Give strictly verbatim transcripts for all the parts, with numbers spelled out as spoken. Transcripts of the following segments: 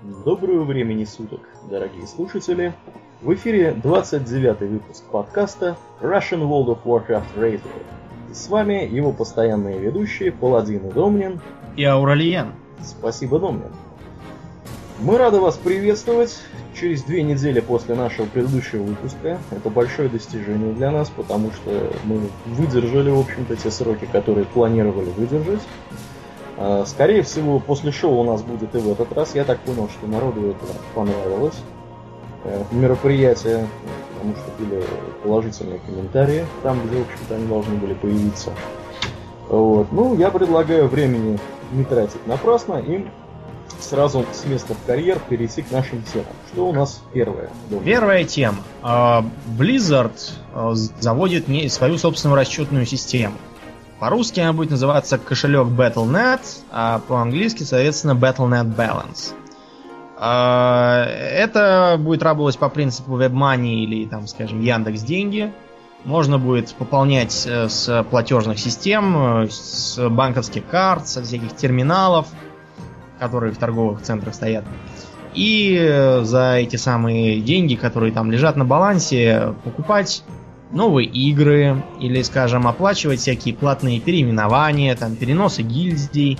Доброго времени суток, дорогие слушатели! В эфире двадцать девятый выпуск подкаста Russian World of Warcraft Radio. И с вами его постоянные ведущие Паладин и Домнин. И Ауралиен. Спасибо, Домнин. Мы рады вас приветствовать через две недели после нашего предыдущего выпуска. Это большое достижение для нас, потому что мы выдержали, в общем-то, те сроки, которые планировали выдержать. Скорее всего, после шоу у нас будет и в этот раз. Я так понял, что народу это понравилось. Мероприятие, потому что были положительные комментарии там, где, в общем-то, они должны были появиться. Вот. Ну, я предлагаю времени не тратить напрасно и сразу с места в карьер перейти к нашим темам. Что у нас первое? Первая тема. Blizzard заводит свою собственную расчетную систему. По-русски она будет называться кошелек Battle точка нет, а по-английски, соответственно, Battle точка нет Balance. Это будет работать по принципу WebMoney или, там, скажем, Яндекс Деньги. Можно будет пополнять с платежных систем, с банковских карт, со всяких терминалов, которые в торговых центрах стоят. И за эти самые деньги, которые там лежат на балансе, покупать новые игры или, скажем, оплачивать всякие платные переименования, там, переносы гильдий,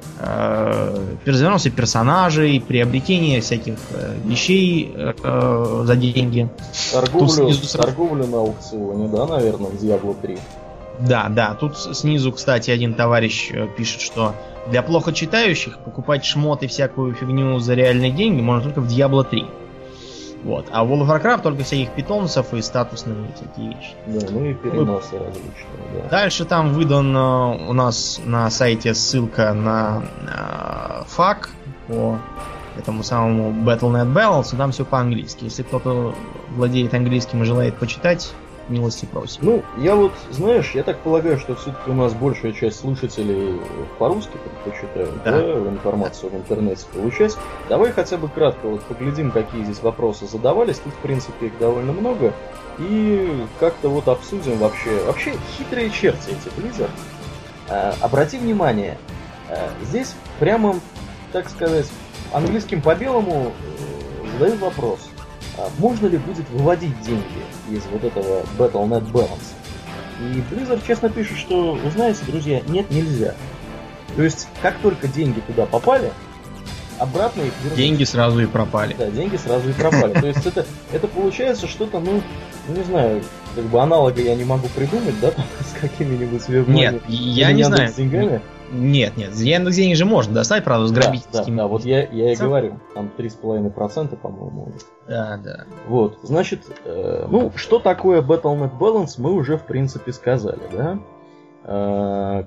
э, переносы персонажей, приобретение всяких э, вещей э, за деньги. Торговлю, снизу... торговлю на аукционе, да, наверное, в Диабло три. Да, да. Тут снизу, кстати, один товарищ пишет, что для плохо читающих покупать шмот и всякую фигню за реальные деньги можно только в Диабло три. Вот. А в World of Warcraft только всяких питомцев и статусные всякие вещи. Да, ну и переносы ну, различные, да. Дальше там выдан у нас на сайте ссылка на э, фак по этому самому Battle точка нет Balance, там все по-английски. Если кто-то владеет английским и желает почитать, милости просим. Ну, я вот, знаешь, я так полагаю, что все-таки у нас большая часть слушателей по-русски предпочитают, да, да, информацию в интернете получать. Давай хотя бы кратко вот поглядим, какие здесь вопросы задавались. Тут, в принципе, их довольно много. И как-то вот обсудим вообще. Вообще хитрые черти эти Blizzard. А, обрати внимание, а, здесь прямо, так сказать, английским по белому задают вопрос. Можно ли будет выводить деньги из вот этого Battle точка нет Balance? И Blizzard честно пишет, что, вы знаете, друзья, нет, нельзя. То есть, как только деньги туда попали, обратно их вернуть. Деньги сразу и пропали. Да, деньги сразу и пропали. То есть, это, это получается что-то, ну, не знаю, как бы аналога я не могу придумать, да, с какими-нибудь веб-мани. Нет, я не знаю. Деньгами. Нет, нет, Яндекс деньги же можно достать, правда, с грабительскими. Да, да, да, вот я, я и говорю, там три с половиной процента, по-моему. Да, да. Вот, значит, э, ну, что такое Battle точка нет Balance, мы уже, в принципе, сказали, да. Э,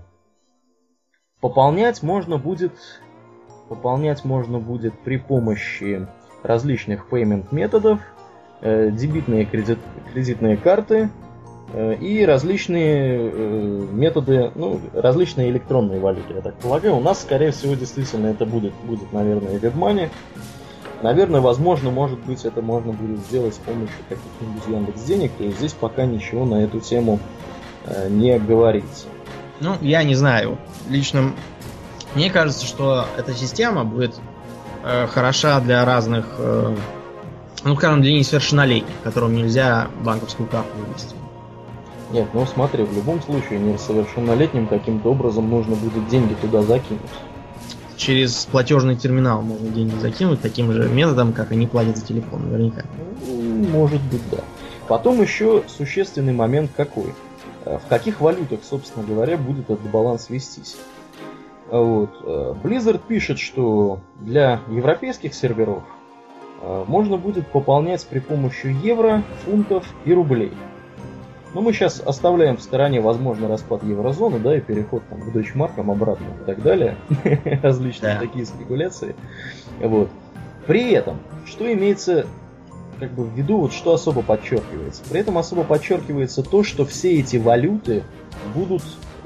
пополнять можно будет, пополнять можно будет при помощи различных payment методов, э, дебитные кредит, кредитные карты, и различные э, методы, ну, различные электронные валюты, я так полагаю. У нас, скорее всего, действительно это будет, будет, наверное, WebMoney. Наверное, возможно, может быть, это можно будет сделать с помощью каких-нибудь Яндекс.Денег. То есть здесь пока ничего на эту тему э, не говорится. Ну, я не знаю. Лично мне кажется, что эта система будет э, хороша для разных, э, ну, скажем, для несовершеннолетних, которым нельзя банковскую карту вывести. Нет, ну смотри, в любом случае несовершеннолетним каким-то образом нужно будет деньги туда закинуть. Через платежный терминал можно деньги закинуть таким же методом, как они платят за телефон, наверняка. Может быть, да. Потом еще существенный момент какой. В каких валютах, собственно говоря, будет этот баланс вестись. Вот. Blizzard пишет, что для европейских серверов можно будет пополнять при помощи евро, фунтов и рублей. Но мы сейчас оставляем в стороне, возможно, распад еврозоны, да, и переход там, к дойчмаркам обратно и так далее. Различные да. такие спекуляции. Вот. При этом, что имеется как бы в виду, вот что особо подчеркивается? При этом особо подчеркивается то, что все эти валюты будут э,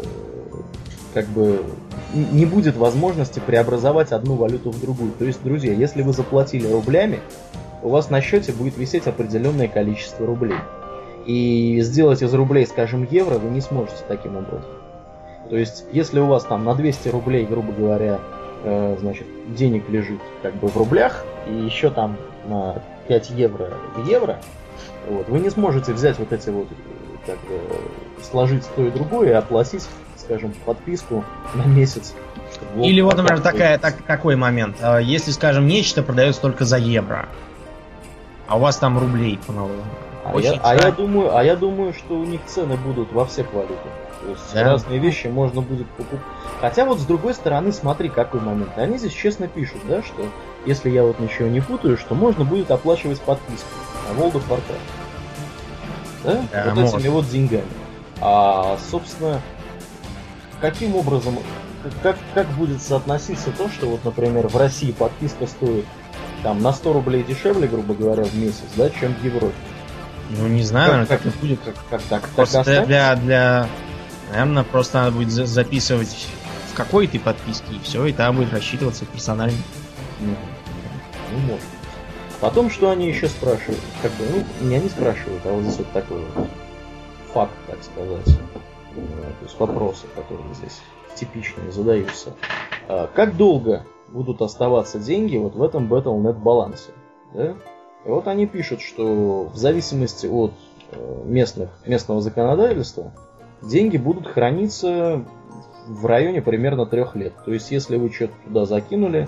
как бы не будет возможности преобразовать одну валюту в другую. То есть, друзья, если вы заплатили рублями, у вас на счете будет висеть определенное количество рублей. И сделать из рублей, скажем, евро вы не сможете таким образом. То есть, если у вас там на двести рублей, грубо говоря, э, значит, денег лежит как бы в рублях, и еще там на пять евро в евро, вот, вы не сможете взять вот эти вот, как бы, сложить то и другое и оплатить, скажем, подписку на месяц. Или вот, например, такая, так, такой момент. Если, скажем, нечто продается только за евро, а у вас там рублей по налогу. А я, а, я думаю, а я думаю, что у них цены будут во всех валютах. То есть да. разные вещи можно будет покупать. Хотя вот с другой стороны, смотри, какой момент. Они здесь честно пишут, да, что если я вот ничего не путаю, что можно будет оплачивать подписку на World of Warcraft. Да? Да, вот можно. Этими вот деньгами. А, собственно, каким образом, как, как будет соотноситься то, что вот, например, в России подписка стоит там на сто рублей дешевле, грубо говоря, в месяц, да, чем в Европе? Ну, не знаю, как, как это будет. Как, как так? Просто так для, для... Наверное, просто надо будет записывать, в какой ты подписке, и все, и там будет рассчитываться персонально. Ну, ну, может быть. Потом, что они еще спрашивают? Как бы, ну, меня не спрашивают, а вот здесь вот такой вот факт, так сказать. То есть вопросы, которые здесь типичные задаются. А как долго будут оставаться деньги вот в этом бэтл точка нет балансе? Да? И вот они пишут, что в зависимости от местных, местного законодательства деньги будут храниться в районе примерно трех лет. То есть, если вы что-то туда закинули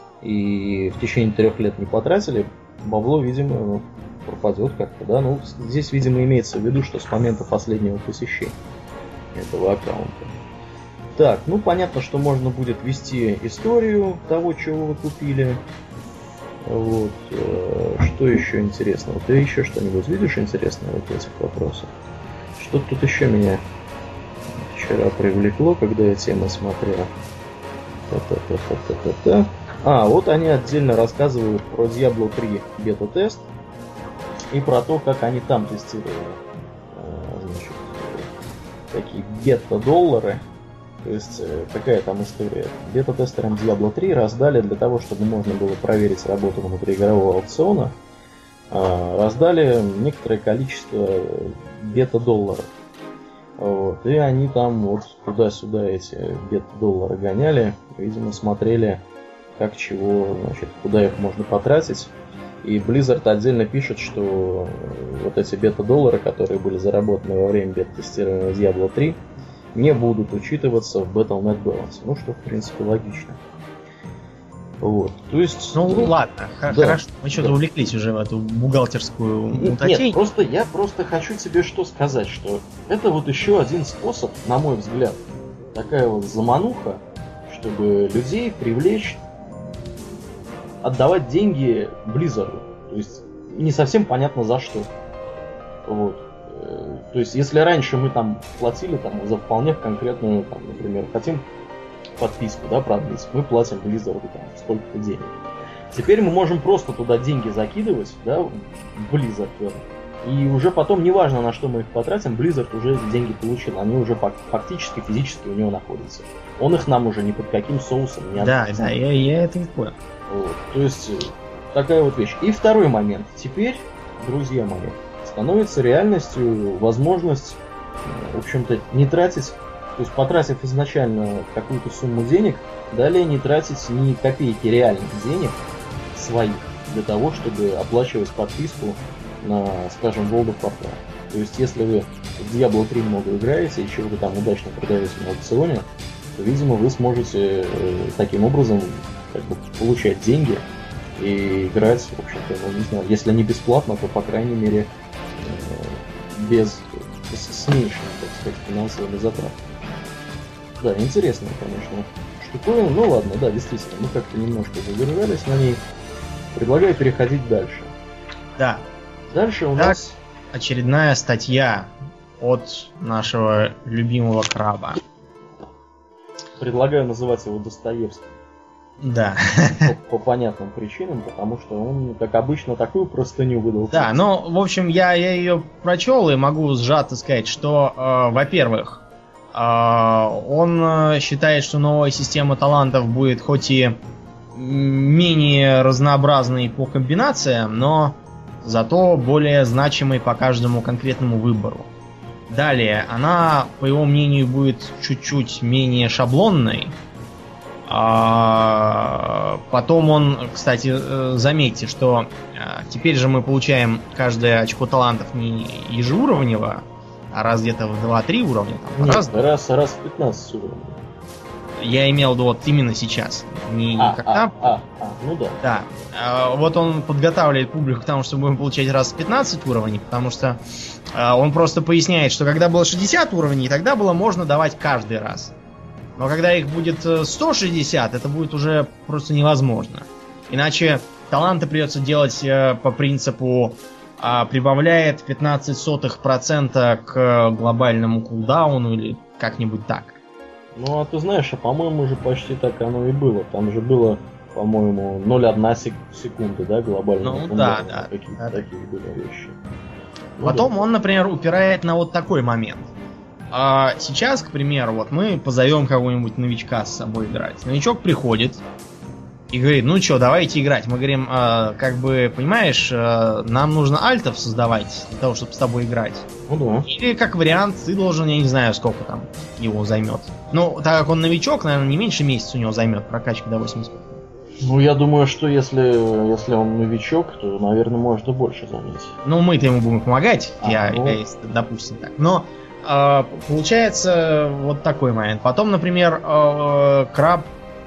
и в течение трех лет не потратили, бабло, видимо, ну, пропадет как-то, да. Ну, здесь, видимо, имеется в виду, что с момента последнего посещения этого аккаунта. Так, ну понятно, что можно будет вести историю того, чего вы купили. Вот, что еще интересного? Ты еще что-нибудь видишь интересное вот в этих вопросах? Что тут еще меня вчера привлекло, когда я темы смотрел? Та-та-та-та-та-та-та. А, вот они отдельно рассказывают про Diablo три бета-тест и про то, как они там тестировали, значит, такие бета-доллары. То есть, какая там история? Бета-тестерам Diablo три раздали для того, чтобы можно было проверить работу внутриигрового аукциона, раздали некоторое количество бета-долларов. Вот. И они там вот туда-сюда эти бета-доллары гоняли, видимо, смотрели, как чего, значит, куда их можно потратить. И Blizzard отдельно пишет, что вот эти бета-доллары, которые были заработаны во время бета-тестирования Diablo три, не будут учитываться в бэтл точка нет балансе. Ну, что, в принципе, логично. Вот. То есть... Ну, ну ладно, да, хорошо. Мы что-то да. увлеклись уже в эту бухгалтерскую мутатень. Нет, просто я просто хочу тебе что сказать, что это вот еще один способ, на мой взгляд, такая вот замануха, чтобы людей привлечь отдавать деньги Blizzard. То есть не совсем понятно за что. Вот. То есть, если раньше мы там платили там, за вполне конкретную, там, например, хотим подписку, да, продлить, мы платим Blizzard там сколько-то денег. Теперь мы можем просто туда деньги закидывать, да, в Blizzard, и уже потом, неважно на что мы их потратим, Blizzard уже эти деньги получил, они уже фактически, физически у него находятся. Он их нам уже ни под каким соусом не отдаст. Да, да, я, я это не понял. Вот. То есть, такая вот вещь. И второй момент. Теперь, друзья мои, становится реальностью возможность, в общем-то, не тратить, то есть потратив изначально какую-то сумму денег, далее не тратить ни копейки реальных денег своих для того, чтобы оплачивать подписку на, скажем, World of Warcraft. То есть, если вы в Diablo три много играете и чего-то там удачно продаете на аукционе, то, видимо, вы сможете таким образом как бы получать деньги и играть, в общем-то, ну, не знаю, если не бесплатно, то, по крайней мере, без, с, с меньшими, так сказать, финансовыми затратами. Да, интересная, конечно, штуковина. Ну ладно, да, действительно, мы как-то немножко задержались на ней. Предлагаю переходить дальше. Да. Дальше у так, нас... очередная статья от нашего любимого краба. Предлагаю называть его Достоевским. Да. По, по понятным причинам, потому что он, как обычно, такую простыню выдал. Да, ну, в общем, я, я ее прочел и могу сжато сказать, что, э, во-первых, э, он считает, что новая система талантов будет хоть и менее разнообразной по комбинациям, но зато более значимой по каждому конкретному выбору. Далее, она, по его мнению, будет чуть-чуть менее шаблонной. А потом он, кстати, заметьте, что теперь же мы получаем каждое очко талантов не ежеуровнево, а раз где-то в два-три уровня. Там, Нет, раз, раз, раз в пятнадцать уровней. Я имел в виду вот именно сейчас. Не а, когда. А, а, а, ну да. Да. А, вот он подготавливает публику к тому, что будем получать раз в пятнадцать уровней, потому что а, он просто поясняет, что когда было шестьдесят уровней, тогда было можно давать каждый раз. Но когда их будет сто шестьдесят, это будет уже просто невозможно. Иначе таланты придется делать э, по принципу э, прибавляет пятнадцать сотых процента к глобальному кулдауну или как-нибудь так. Ну, а ты знаешь, а по-моему же почти так оно и было. Там же было, по-моему, ноль целых одна секунда, да, глобального Ну, кулдауна. да, да. Какие-то да. такие были вещи. Ну, Потом да. он, например, упирает на вот такой момент. А сейчас, к примеру, вот мы позовем кого-нибудь новичка с собой играть. Новичок приходит и говорит, ну что, давайте играть. Мы говорим, а, как бы, понимаешь, а, нам нужно альтов создавать для того, чтобы с тобой играть. Ну да. Или, как вариант, ты должен, я не знаю, сколько там его займет. Ну, так как он новичок, наверное, не меньше месяца у него займет прокачка до восьмидесяти. Ну, я думаю, что если, если он новичок, то, наверное, может и больше занять. Ну, мы-то ему будем помогать, А, я, ну. я, допустим, так. Но э, получается вот такой момент. Потом, например, э, Краб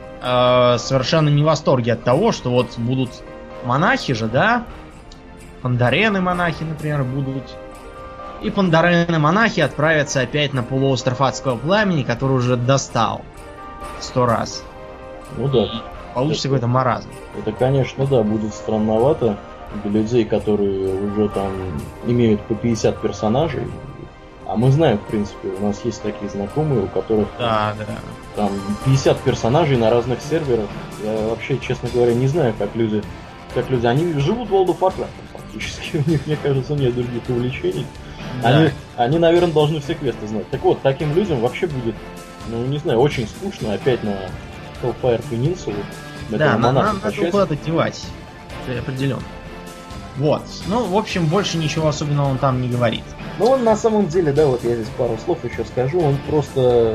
э, совершенно не в восторге от того, что вот будут монахи же, да? Пандарены монахи, например, будут. И пандарены монахи отправятся опять на полуостров Адского Пламени, который уже достал сто раз. Ну да. Получится какой-то маразм. Это, конечно, да, будет странновато для людей, которые уже там имеют по пятьдесят персонажей. А мы знаем, в принципе, у нас есть такие знакомые, у которых Да, да. там пятьдесят персонажей на разных серверах. Я вообще, честно говоря, не знаю, как люди, как люди, они живут в World of Warcraft фактически. У них, мне кажется, нет других увлечений. Да. Они, они, наверное, должны все квесты знать. Так вот, таким людям вообще будет, ну, не знаю, очень скучно опять на Hellfire Peninsula. Да, на- нам надо куда-то девать. Определенно. Вот. Ну, в общем, больше ничего особенного он там не говорит. Ну, он на самом деле, да, вот я здесь пару слов еще скажу, он просто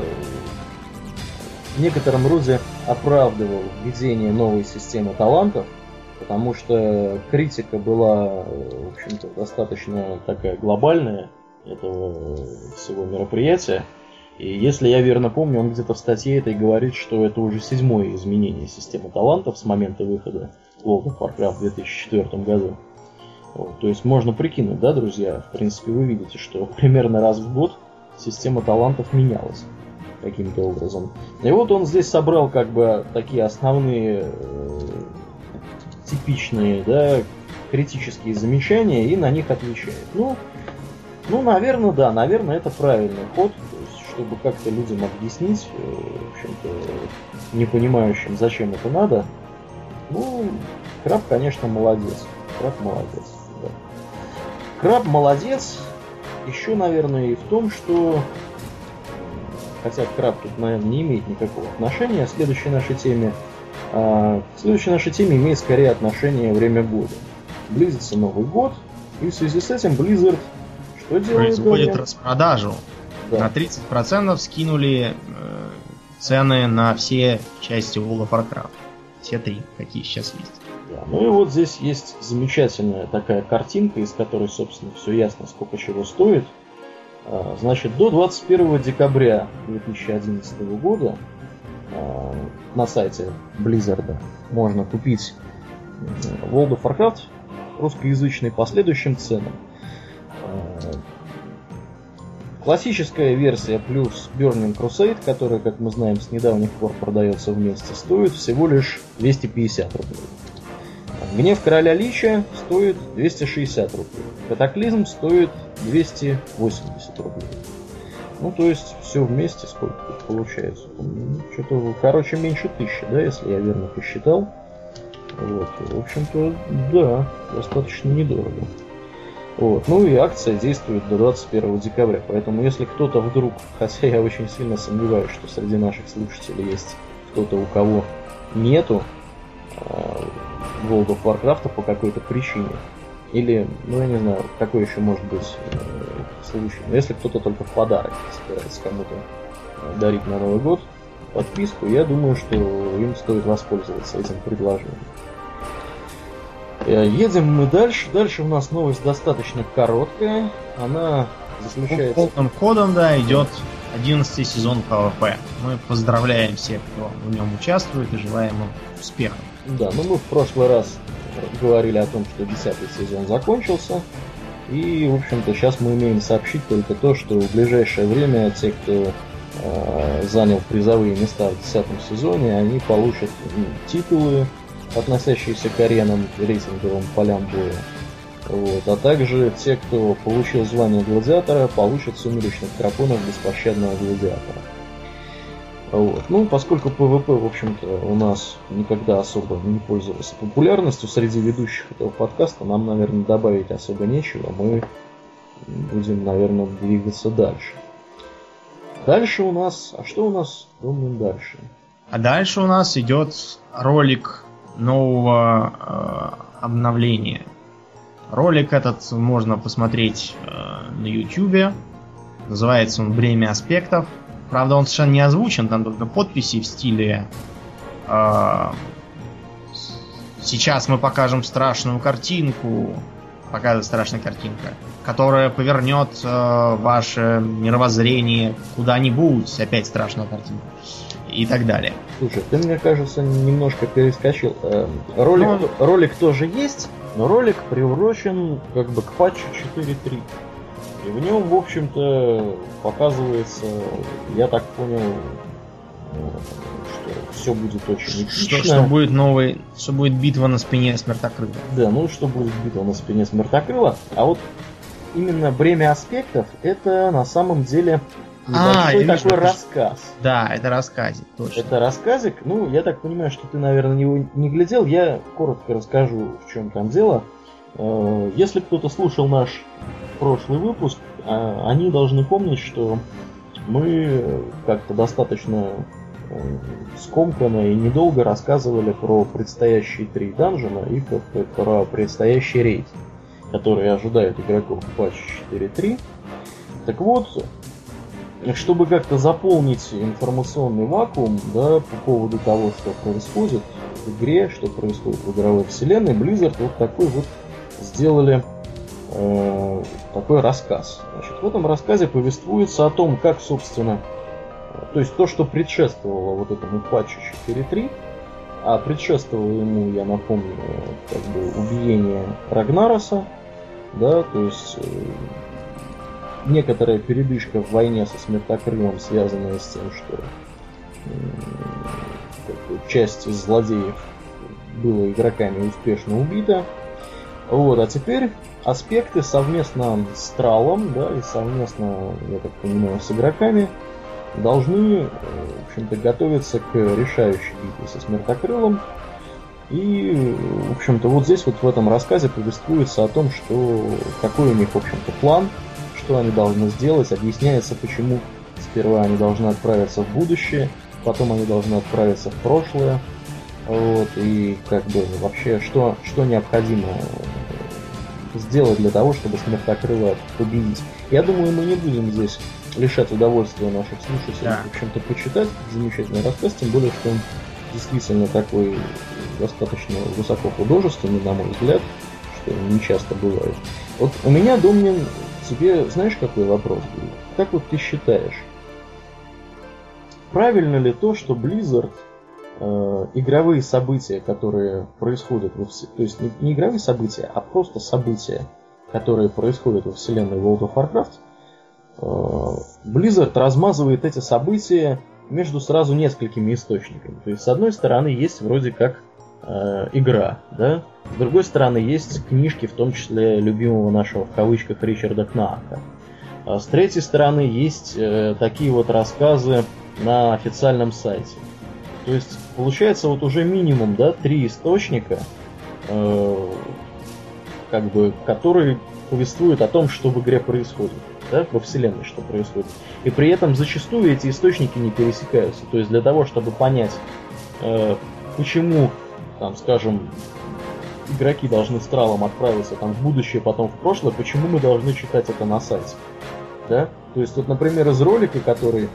в некотором роде оправдывал введение новой системы талантов, потому что критика была, в общем-то, достаточно такая глобальная этого всего мероприятия. И если я верно помню, он где-то в статье этой говорит, что это уже седьмое изменение системы талантов с момента выхода World of Warcraft в две тысячи четвёртом году. Вот, то есть можно прикинуть, да, друзья? В принципе, вы видите, что примерно раз в год система талантов менялась каким-то образом. И вот он здесь собрал как бы такие основные э, типичные, да, критические замечания и на них отвечает. Ну, ну, наверное, да, наверное, это правильный ход. Чтобы как-то людям объяснить, в общем-то, не понимающим, зачем это надо. Ну, Краб, конечно, молодец. Краб молодец. Да. Краб молодец еще, наверное, и в том, что, хотя Краб тут, наверное, не имеет никакого отношения к следующей нашей теме, а к следующей нашей теме имеет скорее отношение время года. Близится Новый год, и в связи с этим Blizzard что делает? Производит распродажу. Да. На тридцать процентов скинули э, цены на все части World of Warcraft. Все три, какие сейчас есть. Да. Ну и вот здесь есть замечательная такая картинка, из которой, собственно, все ясно, сколько чего стоит. А, значит, до двадцать первого декабря две тысячи одиннадцатого года а, на сайте Blizzard можно купить World of Warcraft русскоязычный по следующим ценам. А, классическая версия плюс Burning Crusade, которая, как мы знаем, с недавних пор продается вместе, стоит всего лишь двести пятьдесят рублей. Гнев Короля Лича стоит двести шестьдесят рублей. Катаклизм стоит двести восемьдесят рублей. Ну, то есть, все вместе сколько тут получается? Ну, что-то, короче, меньше тысячи, да, если я верно посчитал. Вот, в общем-то, да, достаточно недорого. Вот. Ну и акция действует до двадцать первого декабря, поэтому если кто-то вдруг, хотя я очень сильно сомневаюсь, что среди наших слушателей есть кто-то, у кого нету э, World of Warcraft по какой-то причине, или, ну я не знаю, какой еще может быть э, случай, но если кто-то только в подарок собирается кому-то э, дарить на Новый год, подписку. Я думаю, что им стоит воспользоваться этим предложением. Едем мы дальше. Дальше у нас новость достаточно короткая. Она заключается... Полным ходом, да, идет одиннадцатый сезон ПВП. Мы поздравляем всех, кто в нем участвует, и желаем им успехов. Да, ну мы в прошлый раз говорили о том, что десятый сезон закончился. И, в общем-то, сейчас мы имеем сообщить только то, что в ближайшее время те, кто э, занял призовые места в десятом сезоне, они получат ну, титулы, относящиеся к аренам, рейтинговым полям боя. Вот. А также те, кто получил звание гладиатора, получат сумеречных драконов беспощадного гладиатора. Вот. Ну, поскольку ПВП, в общем-то, у нас никогда особо не пользовался популярностью среди ведущих этого подкаста, нам, наверное, добавить особо нечего. Мы будем, наверное, двигаться дальше. Дальше у нас... А что у нас, думаем, дальше? А дальше у нас идет ролик нового э, обновления. Ролик этот можно посмотреть э, на YouTube. Называется он «Бремя аспектов». Правда, он совершенно не озвучен, там только подписи в стиле э, «Сейчас мы покажем страшную картинку», показывает страшная картинка, которая повернет э, ваше мировоззрение куда-нибудь, опять страшная картинка, и так далее. Слушай, ты, мне кажется, немножко перескочил. Э, ролик, ну, ролик тоже есть, но ролик приурочен как бы к патчу четыре точка три. И в нем, в общем-то, показывается, я так понял, что все будет очень эпично. Что, что будет новый, что будет битва на спине Смертокрыла. Да, ну что будет битва на спине Смертокрыла. А вот именно «Бремя аспектов» это на самом деле небольшой а, такой рассказ. Да, это рассказик, точно. Это рассказик. Ну, я так понимаю, что ты, наверное, его не глядел. Я коротко расскажу, в чем там дело. Если кто-то слушал наш прошлый выпуск, они должны помнить, что мы как-то достаточно скомканно и недолго рассказывали про предстоящие три данжена и про предстоящий рейд, который ожидает игроков в патче четыре точка три. Так вот, чтобы как-то заполнить информационный вакуум, да, по поводу того, что происходит в игре, что происходит в игровой вселенной, Blizzard вот такой вот сделали э, такой рассказ. Значит, в этом рассказе повествуется о том, как, собственно, то есть то, что предшествовало вот этому патчу четыре точка три, а предшествовало ему, я напомню, как бы убиение Рагнароса, да, то есть э, некоторая передышка в войне со Смертокрылом, связанная с тем, что э, часть из злодеев была игроками успешно убита. Вот, а теперь аспекты совместно с Тралом, да, и совместно, я так понимаю, с игроками должны, в общем-то, готовиться к решающей битве со Смертокрылом. И, в общем-то, вот здесь вот в этом рассказе повествуется о том, что какой у них, в общем-то, план, что они должны сделать, объясняется, почему сперва они должны отправиться в будущее, потом они должны отправиться в прошлое. Вот, и как бы вообще, что, что необходимо сделать для того, чтобы Смертокрыла победить. Я думаю, мы не будем здесь лишать удовольствия наших слушателей, да, в общем-то, почитать замечательный рассказ, тем более, что он действительно такой достаточно высоко художественный, на мой взгляд, что не часто бывает. Вот у меня, Домнин, тебе знаешь, какой вопрос будет? Как вот ты считаешь, правильно ли то, что Blizzard э, игровые события, которые происходят во вселенной, то есть не, не игровые события, а просто события, которые происходят во вселенной World of Warcraft, э, Blizzard размазывает эти события между сразу несколькими источниками. То есть, с одной стороны, есть вроде как э, игра, да? С другой стороны, есть книжки, в том числе любимого нашего в кавычках Ричарда Кнаака. А с третьей стороны, есть э, такие вот рассказы на официальном сайте. То есть, получается, вот уже минимум, да, три источника, э, как бы, которые повествуют о том, что в игре происходит, да, во вселенной, что происходит. И при этом зачастую эти источники не пересекаются. То есть для того, чтобы понять, э, почему, там, скажем, игроки должны с Тралом отправиться там в будущее, потом в прошлое, почему мы должны читать это на сайте. Да? То есть вот, например, из ролика, который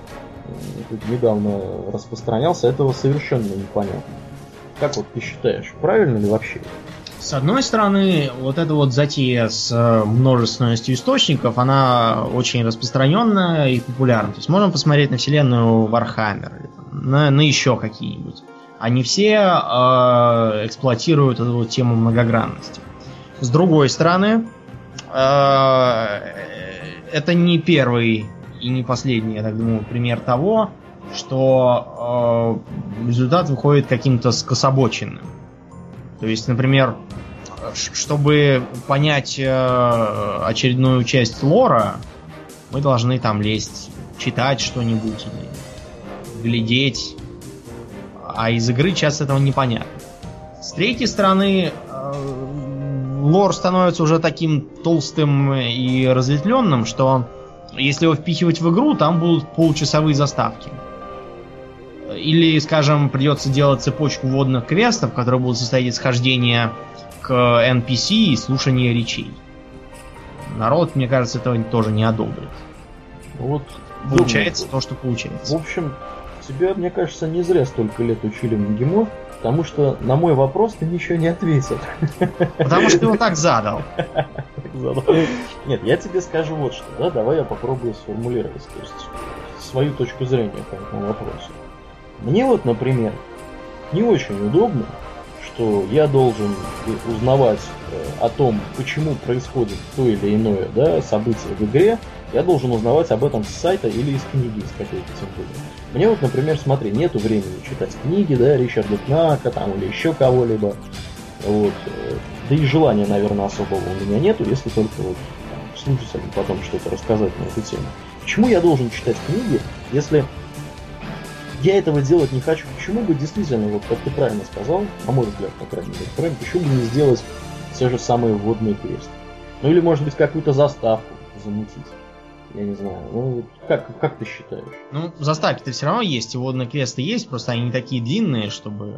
тут недавно распространялся, этого совершенно непонятно. Как вот ты считаешь, правильно ли вообще? С одной стороны, вот эта вот затея с множественностью источников, она очень распространенная и популярна. То есть можно посмотреть на вселенную Warhammer, на, на еще какие-нибудь. Они все э, эксплуатируют эту вот тему многогранности. С другой стороны, э, это не первый и не последний, я так думаю, пример того, что э, результат выходит каким-то скособоченным. То есть, например, чтобы понять э, очередную часть лора, мы должны там лезть, читать что-нибудь или глядеть. А из игры часто этого непонятно. С третьей стороны, э, лор становится уже таким толстым и разветвленным, что если его впихивать в игру, там будут получасовые заставки. Или, скажем, придется делать цепочку вводных квестов, которые будут состоять из хождения к эн пи си и слушания речей. Народ, мне кажется, этого тоже не одобрит. Вот получается думаю, то, что получается. В общем, тебя, мне кажется, не зря столько лет учили МГИМО, потому что на мой вопрос ты ничего не ответил. Потому что ты его так задал. Нет, я тебе скажу вот что, да, давай я попробую сформулировать, то есть свою точку зрения по этому вопросу. Мне вот, например, не очень удобно, что я должен узнавать о том, почему происходит то или иное, да, событие в игре, я должен узнавать об этом с сайта или из книги, из какой-то тем более. Мне вот, например, смотри, нету времени читать книги, да, Ричарда Кнака там или еще кого-либо. Вот. Да и желания, наверное, особого у меня нету, если только вот там, слушателям потом что-то рассказать на эту тему. Почему я должен читать книги, если я этого делать не хочу? Почему бы действительно, вот как ты правильно сказал, на мой взгляд, по крайней мере, правильно, почему бы не сделать те же самые вводные квесты? Ну или, может быть, какую-то заставку замутить? Я не знаю. Ну, как, как ты считаешь? Ну, заставки-то все равно есть, и вводные квесты есть, просто они не такие длинные, чтобы...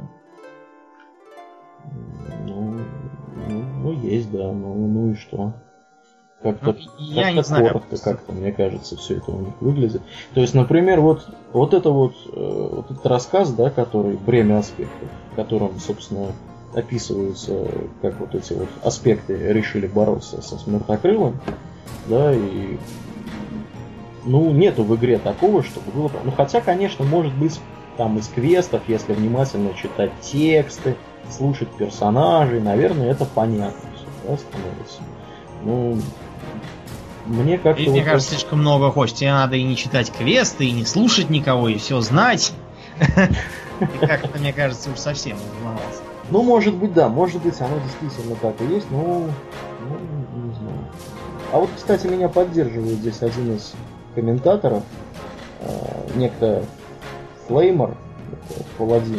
Ну, ну, ну есть, да. Ну, ну и что? Как-то, ну, я как-то не знаю, коротко, как-то, мне кажется, все это у них выглядит. То есть, например, вот, вот это вот, э, вот этот рассказ, да, который «Бремя аспектов», в котором, собственно, описываются, как вот эти вот аспекты решили бороться со Смертокрылом, да, и ну, нету в игре такого, чтобы было... Ну, хотя, конечно, может быть, там из квестов, если внимательно читать тексты, слушать персонажей, наверное, это понятно все, да, становится. Ну, мне как-то... И, вот мне кажется, так... слишком много хочешь. Тебе надо и не читать квесты, и не слушать никого, и все знать. И как-то, мне кажется, уж совсем взломался. Ну, может быть, да, может быть, оно действительно так и есть, но... Ну, не знаю. А вот, кстати, меня поддерживает здесь один из комментаторов, э, некто Флеймер, это паладин,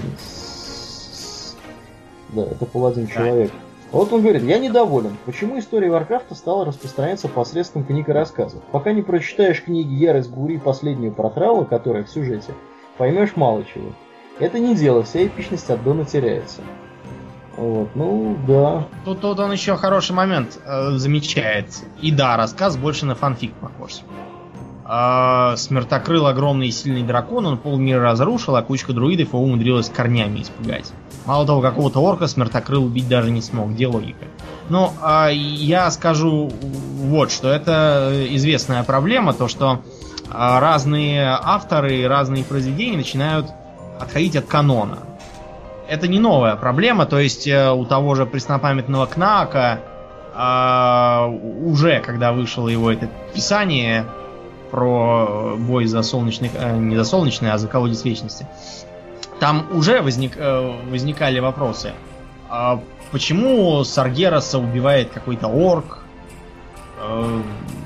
да, это паладин человек. Вот он говорит: я недоволен, почему история Варкрафта стала распространяться посредством книг и рассказов. Пока не прочитаешь книги «Ярость бури» последнюю про Траула, которая в сюжете, поймешь мало чего. Это не дело, вся эпичность аддона теряется. Вот, ну, да. Тут, тут он еще хороший момент э, замечает. И да, рассказ больше на фанфик похож. Э, Смертокрыл — огромный и сильный дракон, он полмира разрушил, а кучка друидов его умудрилась корнями испугать. Мало того, какого-то орка Смертокрыл убить даже не смог. Где логика? Ну, э, я скажу вот что. Это известная проблема, то что э, разные авторы, разные произведения начинают отходить от канона. Это не новая проблема, то есть э, у того же преснопамятного Кнаака э, уже, когда вышло его это писание про бой за солнечный, э, не за солнечный, а за колодец вечности, там уже возник, э, возникали вопросы. А почему Саргераса убивает какой-то орк? Э,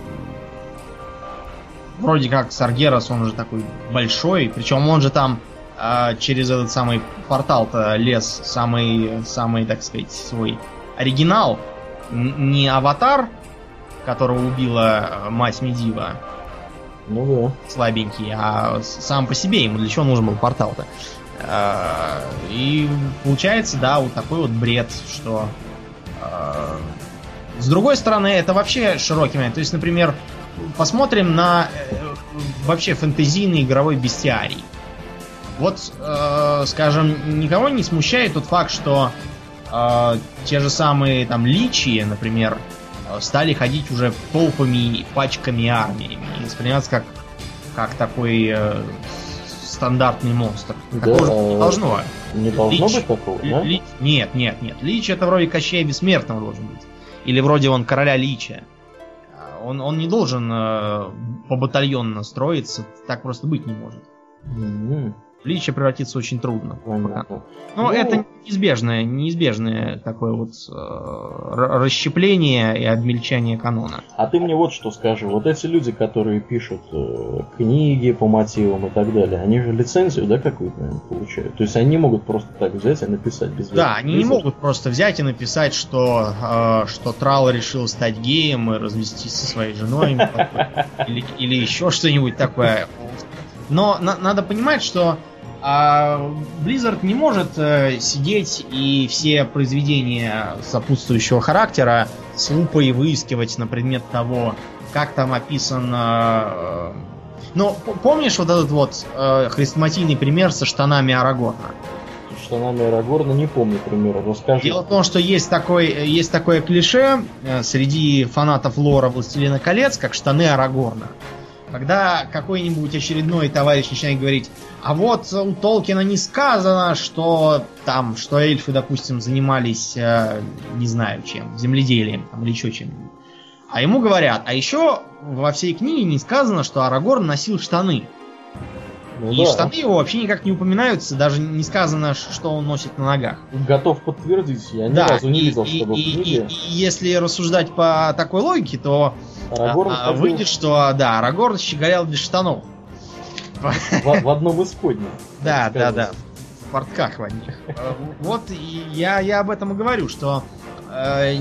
вроде как Саргерас, он же такой большой, причем он же там через этот самый портал-то лез самый, самый, так сказать, свой оригинал. Не аватар, которого убила мать Медива, ну да, слабенький, а сам по себе ему для чего нужен был портал-то. И получается, да, вот такой вот бред, что... С другой стороны, это вообще широкий момент. То есть, например, посмотрим на вообще фэнтезийный игровой бестиарий. Вот, э, скажем, никого не смущает тот факт, что э, те же самые там личи, например, стали ходить уже толпами, пачками, армиями и восприниматься как, как такой э, стандартный монстр. Да, Такого же не должно. Не должно Лич, быть такого, да? Ли, нет, нет, нет. Лич это вроде Кощея Бессмертного должен быть. Или вроде он короля Лича. Он, он не должен э, по-батальонно строиться, так просто быть не может. Mm-hmm. В Лича превратиться очень трудно. Понятно. Но ну, это неизбежное, неизбежное такое вот э, расщепление и обмельчание канона. А ты мне вот что скажи. Вот эти люди, которые пишут э, книги по мотивам и так далее, они же лицензию, да, какую-то, наверное, получают? То есть они не могут просто так взять и написать без Да, они не могут просто взять и написать, что, э, что Трал решил стать геем и развестись со своей женой или, или еще что-нибудь такое. Но на, надо понимать, что а, Blizzard не может э, сидеть и все произведения сопутствующего характера с лупой выискивать на предмет того, как там описан... Э, ну, помнишь вот этот вот э, хрестоматийный пример со штанами Арагорна? Штанами Арагорна не помню примера, расскажи. Дело в том, что есть, такой, есть такое клише э, среди фанатов лора «Властелина колец», как штаны Арагорна. Когда какой-нибудь очередной товарищ начинает говорить: а вот у Толкина не сказано, что там, что эльфы, допустим, занимались, э, не знаю чем, земледелием там, или еще чем-нибудь. А ему говорят: а еще во всей книге не сказано, что Арагорн носил штаны. Ну, и да. Штаны его вообще никак не упоминаются, даже не сказано, что он носит на ногах. Готов подтвердить, я ни да, разу не и, видел, и, чтобы и, в книге... И, и если рассуждать по такой логике, то Арагорн а, выйдет, что да, Арагорн щеголял без штанов. В, в одном из поднях. Да, да, да. В портках в одних. Вот я, я об этом и говорю, что э,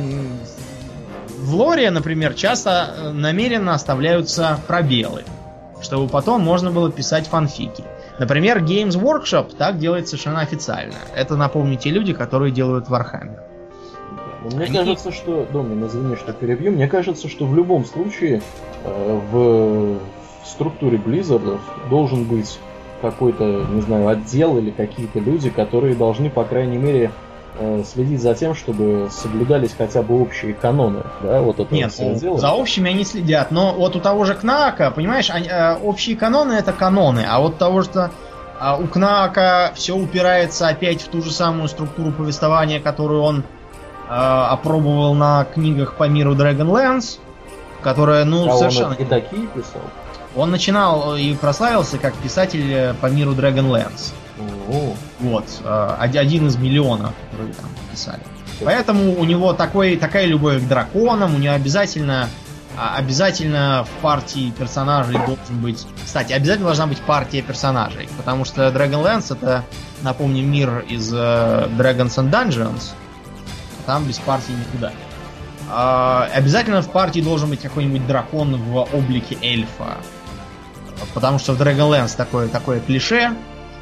в лоре, например, часто намеренно оставляются пробелы, чтобы потом можно было писать фанфики. Например, Games Workshop так делает совершенно официально. Это, напомню, те люди, которые делают Warhammer. Мне Они... кажется, что... Домнин, извини, что перебью. Мне кажется, что в любом случае э, в, в структуре Blizzard должен быть какой-то, не знаю, отдел или какие-то люди, которые должны, по крайней мере, э, следить за тем, чтобы соблюдались хотя бы общие каноны. Да, вот это Нет, ну, за общими они следят. Но вот у того же Кнаака, понимаешь, они, э, общие каноны — это каноны. А вот того, что э, у Кнаака все упирается опять в ту же самую структуру повествования, которую он опробовал на книгах по миру Dragonlance, которая, ну, а совершенно... он и такие писал? Он начинал и прославился как писатель по миру Dragonlance. О-о-о. Вот. Один из миллионов, которые там писали. Поэтому у него такой, такая любовь к драконам, у него обязательно, обязательно в партии персонажей должен быть... Кстати, обязательно должна быть партия персонажей, потому что Dragonlance — это, напомню, мир из Dragons and Dungeons. Там без партии никуда. А, обязательно в партии должен быть какой-нибудь дракон в облике эльфа. Потому что в Dragonlance такое, такое клише,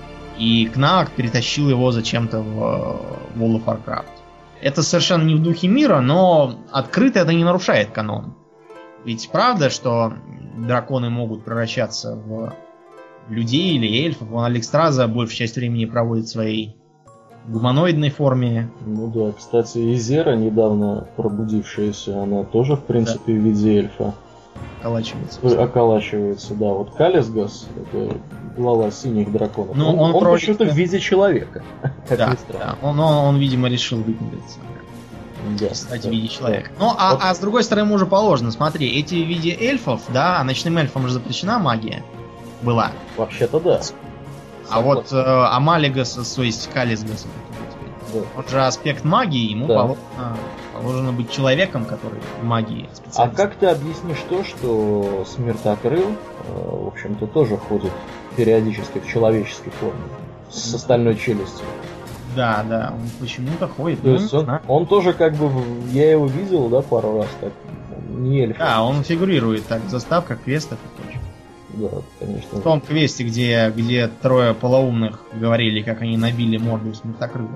и Кнаак перетащил его зачем-то в World of Warcraft. Это совершенно не в духе мира, но открыто это не нарушает канон. Ведь правда, что драконы могут превращаться в людей или эльфов. Вон Алекстраза большую часть времени проводит в своей гуманоидной форме. Ну да, кстати, Изера, недавно пробудившаяся, она тоже, в принципе, да. в виде эльфа. Околачивается. Околачивается, да. Вот Калисгас, это глава синих драконов. Ну, он он, он против... почему-то в виде человека. Да, да. Он, он, он, видимо, решил выпендриться. Да, стать да, в виде человека. Да. Ну, а, вот. а с другой стороны, ему уже положено. Смотри, эти в виде эльфов, да, а ночным эльфам же запрещена магия. Была. Вообще-то да. А вот э, Амалигас, то есть Калисгас, да. он же аспект магии, ему да. положено, положено быть человеком, который в магии специалист. А как ты объяснишь то, что Смертокрыл, э, в общем-то, тоже ходит периодически в человеческой форме, с остальной челюстью? Да, да, он почему-то ходит. То есть он, он тоже как бы, я его видел, да, пару раз, так, не эльф. Да, он фигурирует так в заставках, квестах и прочее. Да, конечно. В том квесте, где, где трое полоумных говорили, как они набили морду Смертокрыла.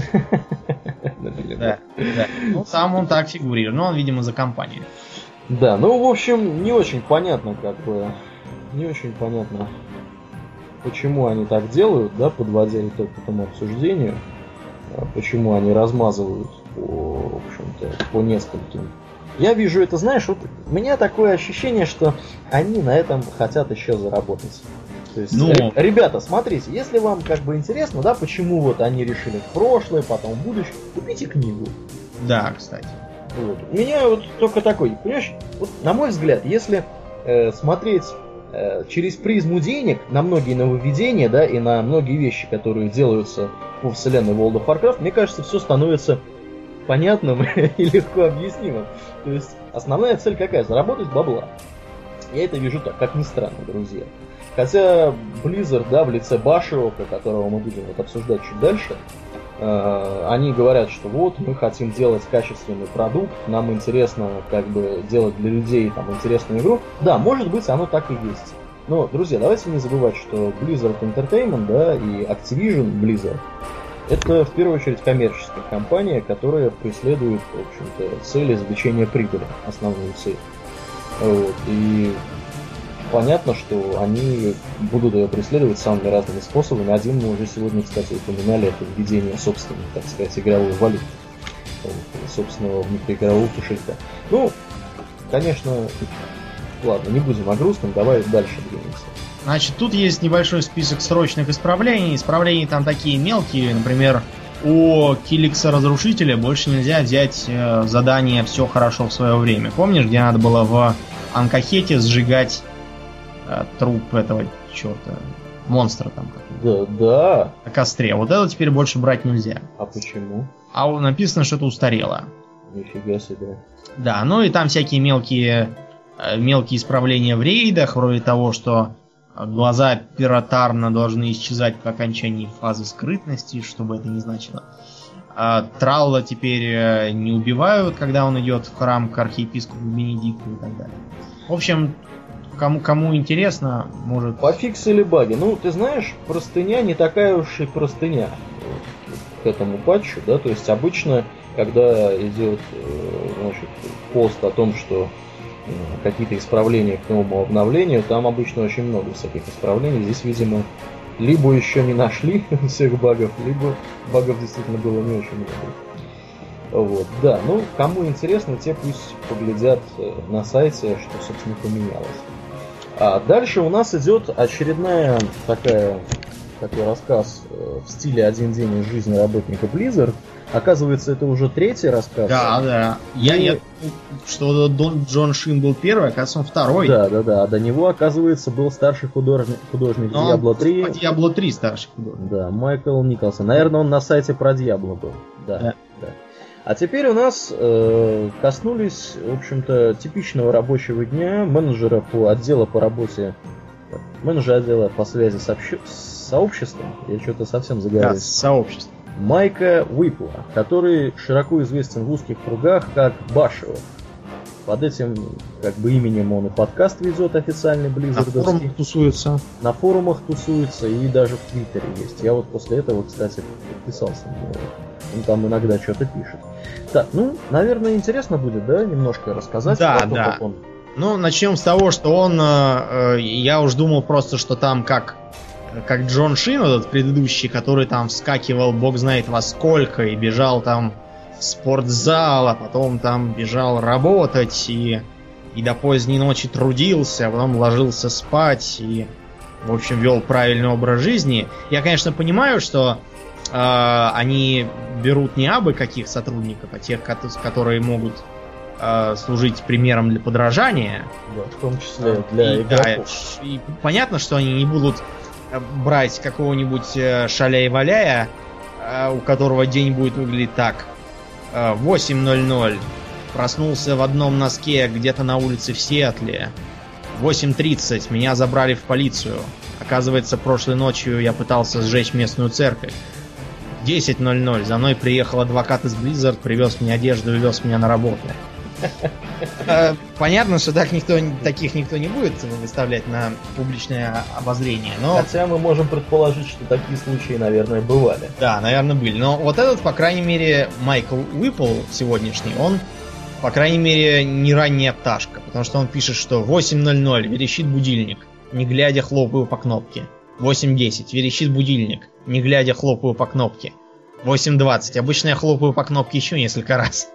Да, да. Ну, сам он так фигурирует. Но он, видимо, за компанию. Да, ну, в общем, не очень понятно, как бы, не очень понятно, почему они так делают, да, подводя итог этому обсуждению, почему они размазывают по, в общем-то, по нескольким. Я вижу это, знаешь, вот у меня такое ощущение, что они на этом хотят еще заработать. То есть, ну... э, ребята, смотрите, если вам как бы интересно, да, почему вот они решили в прошлое, потом в будущее, купите книгу. Да, кстати. Вот. У меня вот только такой, понимаешь, вот, на мой взгляд, если э, смотреть э, через призму денег на многие нововведения, да, и на многие вещи, которые делаются по вселенной World of Warcraft, мне кажется, все становится понятным и легко объяснимым. То есть основная цель какая? Заработать бабла. Я это вижу так, как ни странно, друзья. Хотя Blizzard, да, в лице Башиока, которого мы будем вот обсуждать чуть дальше, э, они говорят, что вот мы хотим делать качественный продукт, нам интересно как бы делать для людей там интересную игру. Да, может быть, оно так и есть. Но, друзья, давайте не забывать, что Blizzard Entertainment, да, и Activision Blizzard это в первую очередь коммерческая компания, которая преследует, в общем-то, цель извлечения прибыли, основную цель. Вот. И понятно, что они будут ее преследовать самыми разными способами. Один мы уже сегодня, кстати, упоминали, это введение собственной, так сказать, игровой валюты, собственного внутриигрового кошелька. Ну, конечно, ладно, не будем о грустном, давай дальше двинемся. Значит, тут есть небольшой список срочных исправлений. Исправления там такие мелкие. Например, у Киликса Разрушителя больше нельзя взять э, задание «Все хорошо в свое время». Помнишь, где надо было в Анкахете сжигать э, труп этого черта, монстра там какого-то? Да, да. На костре. Вот это теперь больше брать нельзя. А почему? А написано, что это устарело. Нифига себе. Да, ну и там всякие мелкие, э, мелкие исправления в рейдах, вроде того, что глаза пиратарно должны исчезать по окончании фазы скрытности, что бы это ни значило. А Тралла теперь не убивают, когда он идет в храм к архиепископу Бенедикту и так далее. В общем, кому, кому интересно, может... Пофиксили баги. Ну, ты знаешь, простыня не такая уж и простыня к этому патчу, да, то есть обычно, когда идет, значит, пост о том, что какие-то исправления к новому обновлению, там обычно очень много всяких исправлений. Здесь, видимо, либо еще не нашли всех багов, либо багов действительно было не очень много. Вот, да, ну, кому интересно, те пусть поглядят на сайте, что, собственно, поменялось. А дальше у нас идет очередная такая, такой рассказ в стиле «Один день из жизни работника Blizzard». Оказывается, это уже третий рассказ. Да, да. Я И... не... Что Дон Джон Шин был первый, оказывается, он второй. Да, да, да. А до него, оказывается, был старший художник, художник Diablo три. По Diablo три старший художник. Да, Майкл Николсон. Наверное, он на сайте про Diablo был. Да, да. да. А теперь у нас э, коснулись, в общем-то, типичного рабочего дня менеджера по отдела по работе, менеджера отдела по связи с, обще... с сообществом. Я что-то совсем заговорился. Да, с сообществом. Майка Уипла, который широко известен в узких кругах как Башио. Под этим как бы именем он и подкаст ведет официальный Blizzard. На форумах тусуется. На форумах тусуется и даже в Твиттере есть. Я вот после этого, кстати, подписался на него. Он там иногда что-то пишет. Так, ну, наверное, интересно будет, да, немножко рассказать да, о том, да. как он... Ну, начнем с того, что он... Э, я уж думал просто, что там как... Как Джон Шин, этот предыдущий, который там вскакивал бог знает во сколько и бежал там в спортзал, а потом там бежал работать и, и до поздней ночи трудился, а потом ложился спать и, в общем, вел правильный образ жизни. Я, конечно, понимаю, что э, они берут не абы каких сотрудников, а тех, которые могут э, служить примером для подражания. Да, в том числе для и, игроков. Да, и понятно, что они не будут брать какого-нибудь шаляя-валяя, у которого день будет выглядеть так. восемь ноль ноль. Проснулся в одном носке где-то на улице в Сиэтле. восемь тридцать. Меня забрали в полицию. Оказывается, прошлой ночью я пытался сжечь местную церковь. десять ноль ноль. За мной приехал адвокат из Blizzard, привез мне одежду и вез меня на работу. Понятно, что так никто, таких никто не будет выставлять на публичное обозрение, но... Хотя мы можем предположить, что такие случаи, наверное, бывали. Да, наверное, были. Но вот этот, по крайней мере, Майкл Уипл сегодняшний, он, по крайней мере, не ранняя пташка. Потому что он пишет, что восемь ноль ноль, верещит будильник. не глядя хлопаю по кнопке. восемь десять. Верещит будильник. Не глядя хлопаю по кнопке. восемь двадцать. Обычно я хлопаю по кнопке еще несколько раз.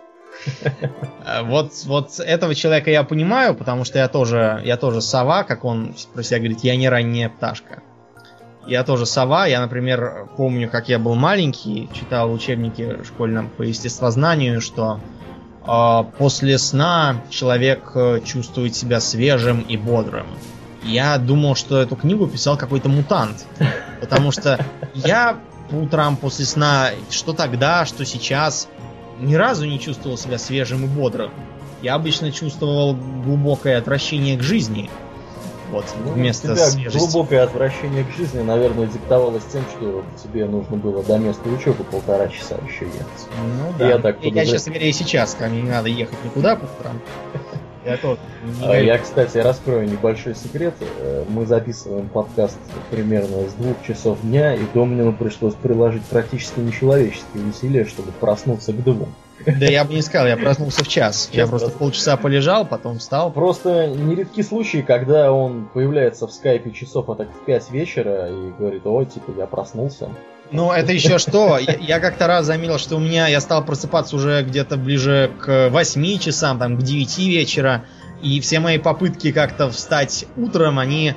Вот, вот этого человека я понимаю, потому что я тоже, я тоже сова, как он про себя говорит, я не ранняя пташка. Я тоже сова. Я, например, помню, как я был маленький, читал учебники школьном по естествознанию, что э, после сна человек чувствует себя свежим и бодрым. Я думал, что эту книгу писал какой-то мутант. Потому что я по утрам после сна, что тогда, что сейчас, ни разу не чувствовал себя свежим и бодрым. Я обычно чувствовал глубокое отвращение к жизни. Вот, ну, вместо у тебя свежести. Глубокое отвращение к жизни, наверное, диктовалось тем, что тебе нужно было до места учебы полтора часа еще ехать. Ну да. Я, так я, честно говоря, и сейчас, ко мне не надо ехать никуда по утрам. Я, тот, а, я, кстати, раскрою небольшой секрет. Мы записываем подкаст примерно с двух часов дня, и Домнину пришлось приложить практически нечеловеческие усилия, чтобы проснуться к двум. Да я бы не сказал, я проснулся в час. Я просто полчаса полежал, потом встал. Просто нередки случаи, когда он появляется в скайпе часов а так в пять вечера и говорит: ой, типа, я проснулся. Ну, это еще что? Я, я как-то раз заметил, что у меня я стал просыпаться уже где-то ближе к восьми часам, там, к девяти вечера, и все мои попытки как-то встать утром, они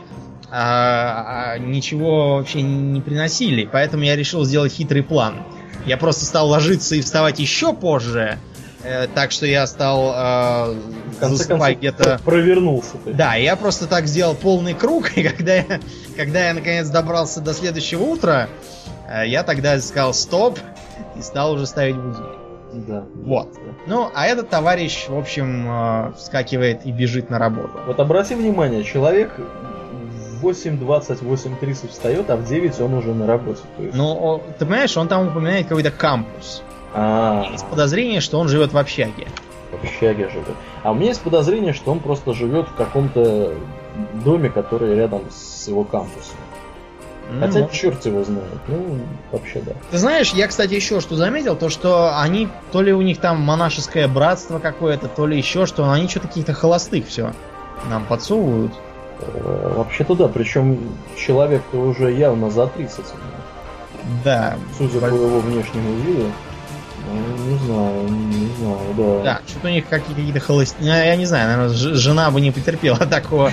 а, а, ничего вообще не приносили. Поэтому я решил сделать хитрый план. Я просто стал ложиться и вставать еще позже, э, так что я стал э, засыпать где-то... Провернулся ты. Да, я просто так сделал полный круг, и когда я, когда я наконец добрался до следующего утра, э, я тогда сказал стоп и стал уже ставить будильник. Да. Вот. Ну, а этот товарищ, в общем, э, вскакивает и бежит на работу. Вот обрати внимание, человек в восемь двадцать, восемь тридцать встает, а в девять он уже на работе. То есть... Ну, ты понимаешь, он там упоминает какой-то кампус. А-а-а. Есть подозрение, что он живет в общаге. В общаге живет. А у меня есть подозрение, что он просто живет в каком-то доме, который рядом с его кампусом. Ну, Хотя может. черт его знает. Ну, вообще да. Ты знаешь, я, кстати, еще что заметил, то что они, то ли у них там монашеское братство какое-то, то ли еще что, но они что-то каких-то холостых все нам подсовывают. Вообще-то да, причем человек-то уже явно за тридцать. Да. Судя по его внешнему виду, ну, не знаю, не знаю, да. Да, что-то у них какие-то холостые. Я не знаю, наверное, ж- жена бы не потерпела такого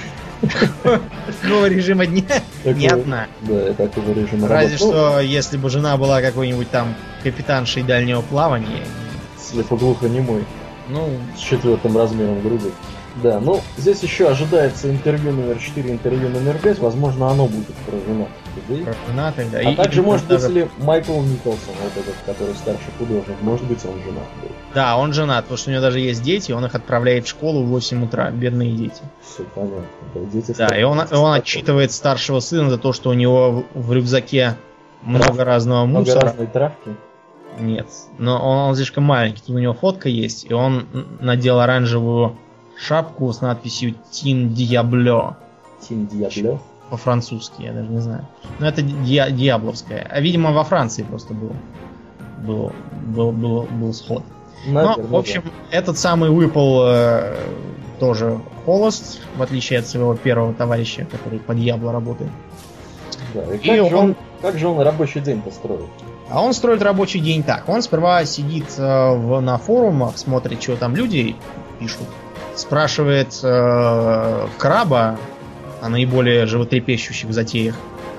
такого режима дня. Ни одна. Да, такого режима Разве работы. что, если бы жена была какой-нибудь там капитаншей дальнего плавания. Слепоглухонемой. Ну, С четвертым размером груди. Да, ну, здесь еще ожидается интервью номер четыре, интервью номер пять. Возможно, оно будет про женатых людей. про женатых, да. А И- также, и может быть, даже- ли Майкл Николсон, вот этот, который старший художник, может быть, он женат был. Да, он женат, потому что у него даже есть дети, он их отправляет в школу в восемь утра, бедные дети. Все понятно. Да, дети Да, и он, и он отчитывает старшего сына за то, что у него в, в рюкзаке много разного много мусора. разной травки. Нет, но он, он слишком маленький, тут у него фотка есть, и он н- надел оранжевую шапку с надписью «Тин Диабло». Тим Диабло. По-французски, я даже не знаю. Но это Ди- Диабловская. А, видимо, во Франции просто был, был, был, был, был сход. Наверное, Но, в общем, этот самый выпал э, тоже холост, в отличие от своего первого товарища, который под Диабло работает. да. Да. И, и как, же он- он... как же он рабочий день построил? А он строит рабочий день так. Он сперва сидит э, в, на форумах, смотрит, что там люди пишут. Спрашивает э, краба о наиболее животрепещущих затеях.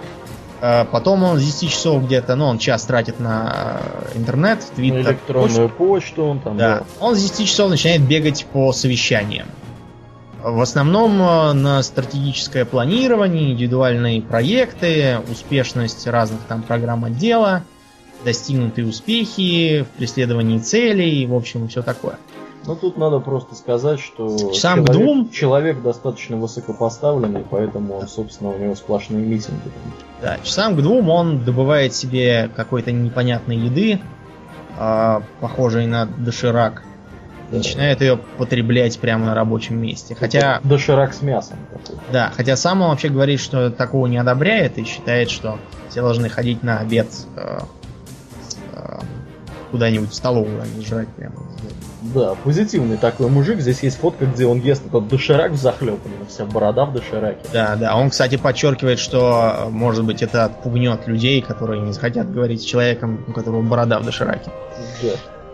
Э, потом он с десяти часов где-то, ну, он час тратит на э, интернет, На твиттер, электронную почту он там. да. Он с десяти часов начинает бегать по совещаниям. В основном э, на стратегическое планирование, индивидуальные проекты, успешность разных там программ отдела, достигнутые успехи в преследовании целей, в общем, все такое. Ну тут надо просто сказать, что Часам к человек, двум. человек достаточно высокопоставленный, поэтому он, собственно, у него сплошные митинги. Да, часам к двум он добывает себе какой-то непонятной еды, э, похожей на доширак, и Да. начинает ее потреблять прямо на рабочем месте. Хотя, Доширак с мясом. Такой. да, хотя сам он вообще говорит, что такого не одобряет и считает, что все должны ходить на обед э, э, куда-нибудь в столовую, а не жрать прямо Да, позитивный такой мужик. Здесь есть фотка, где он ест этот доширак взахлеб, у него вся борода в дошираке. Да, да. Он, кстати, подчеркивает, что, может быть, это отпугнет людей, которые не захотят говорить с человеком, у которого борода в дошираке. Да.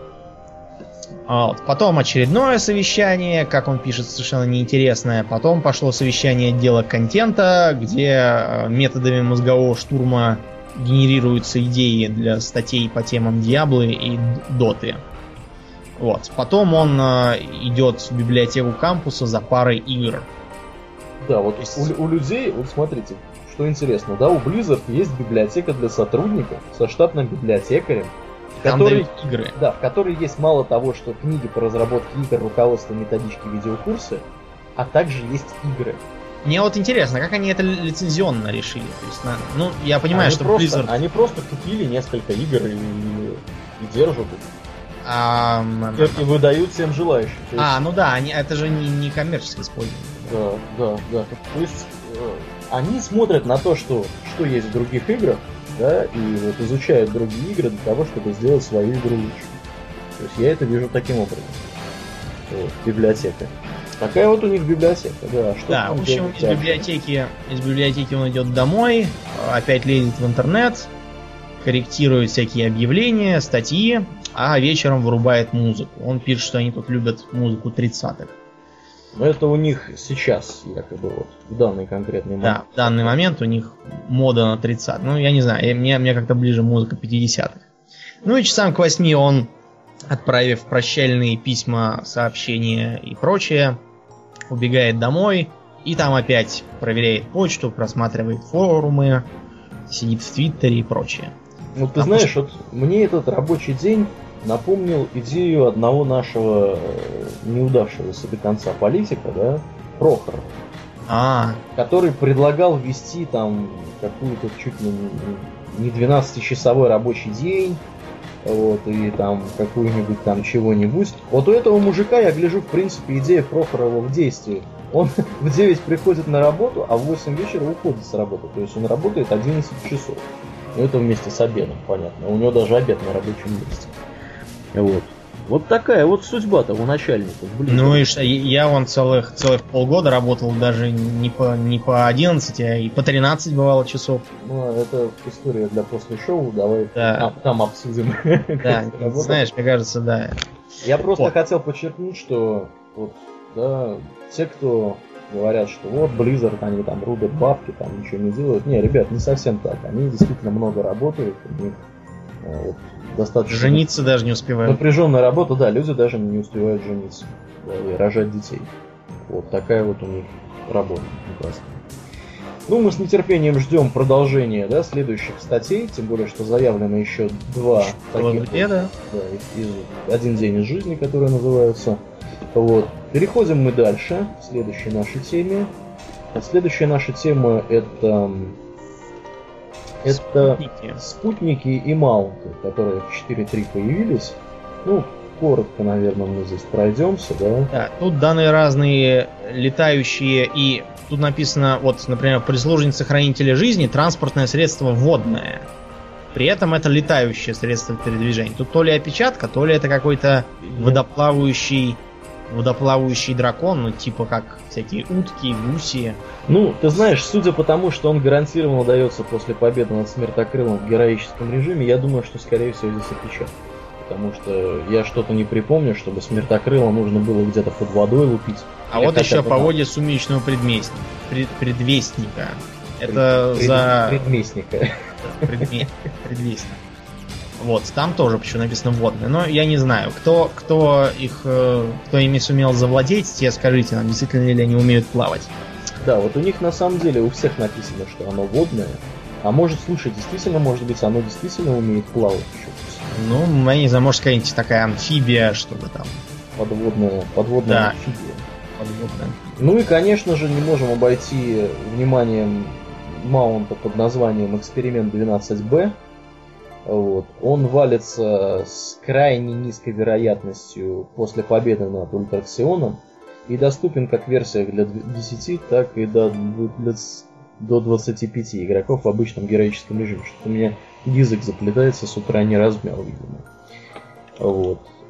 Вот. Потом очередное совещание, как он пишет, совершенно неинтересное. Потом пошло совещание отдела контента, где методами мозгового штурма генерируются идеи для статей по темам Диаблы и Доты. Вот. Потом он э, идет в библиотеку кампуса за парой игр. Да, вот у, у людей, вот смотрите, что интересно, да, у Blizzard есть библиотека для сотрудников со штатным библиотекарем, Там который, игры. Да, в которой есть мало того, что книги по разработке игр, руководство, методички, видеокурсы, а также есть игры. Мне вот интересно, как они это лицензионно решили? То есть, на, ну, я понимаю, они что просто, Blizzard... Они просто купили несколько игр и, и держат их. А, и выдают всем желающим. Есть... А, ну да, они, это же не, не коммерческое использование. Да, да, да. То есть э, они смотрят на то, что, что есть в других играх, да, и вот изучают другие игры для того, чтобы сделать свою игру лучше. То есть я это вижу таким образом. Вот, библиотека. Такая вот у них библиотека, да. Что да, в общем, из библиотеки, из библиотеки он идет домой, опять лезет в интернет, корректирует всякие объявления, статьи, а вечером вырубает музыку. Он пишет, что они тут любят музыку тридцатых. Но это у них сейчас, якобы, вот, в данный конкретный момент. Да, в данный момент у них мода на тридцатых. Ну, я не знаю, мне, мне как-то ближе музыка пятидесятых. Ну и часам к восьми он, отправив прощальные письма, сообщения и прочее, убегает домой и там опять проверяет почту, просматривает форумы, сидит в Твиттере и прочее. Ну, ты а знаешь, пусть... вот мне этот рабочий день напомнил идею одного нашего неудавшегося до конца политика, да, Прохора, а. который предлагал ввести там какую-то чуть ли не двенадцатичасовой рабочий день, вот, и там какую-нибудь там чего-нибудь. Вот у этого мужика, я гляжу, в принципе, идея Прохорова в действии. Он в девять приходит на работу, а в восемь вечера уходит с работы. То есть он работает одиннадцать часов. Ну, это вместе с обедом, понятно. У него даже обед на рабочем месте. Вот. Вот такая вот судьба-то у начальников. Блин. Ну и что, я вон целых, целых полгода работал даже не по, не по одиннадцать, а и по тринадцать бывало часов. Ну, это история для после шоу, давай да. там обсудим. Да, знаешь, мне кажется, да. Я просто вот. хотел подчеркнуть, что вот, да, те, кто говорят, что вот Blizzard, они там рубят бабки, там ничего не делают. Не, ребят, не совсем так. Они действительно много работают, у них вот, достаточно... Жениться даже не успевают. Напряженная работа, да, люди даже не успевают жениться, да, и рожать детей. Вот такая вот у них работа. Прекрасно. Ну, мы с нетерпением ждем продолжения, да, следующих статей, тем более, что заявлено еще два таких вот, да, из, из, один день из жизни, которые называются. Вот. Переходим мы дальше к следующей нашей теме. Следующая наша тема это, это спутники. спутники и маунты, которые в четыре точка три появились. Ну, коротко, наверное, мы здесь пройдемся, да? Да, тут данные разные летающие, и тут написано, вот, например, прислужница хранителя жизни, транспортное средство водное. При этом это летающее средство передвижения. Тут то ли опечатка, то ли это какой-то водоплавающий водоплавающий дракон, ну типа как всякие утки, гуси. Ну, ты знаешь, судя по тому, что он гарантированно дается после победы над Смертокрылом в героическом режиме, я думаю, что скорее всего здесь опечатка. Потому что я что-то не припомню, чтобы Смертокрыла нужно было где-то под водой лупить. А вот еще по воде сумеречного предместника. Пред, предвестника. Это пред, за... Предместника. Предме... Предвестник. Вот, там тоже почему написано водное. Но я не знаю, кто, кто их, кто ими сумел завладеть, те скажите нам, действительно ли они умеют плавать. Да, вот у них на самом деле у всех написано, что оно водное. А может, слушай, действительно, может быть, оно действительно умеет плавать еще. Ну, я не знаю, может, какая-нибудь такая амфибия, чтобы там... Подводная, подводная да. амфибия. Подводная. Ну и, конечно же, не можем обойти вниманием маунта под названием Эксперимент двенадцать бэ. Вот. Он валится с крайне низкой вероятностью после победы над Ультраксионом и доступен как в версиях для десяти, так и до, для, до двадцати пяти игроков в обычном героическом режиме. Что-то у меня язык заплетается, с утра не размял, видимо. Вот.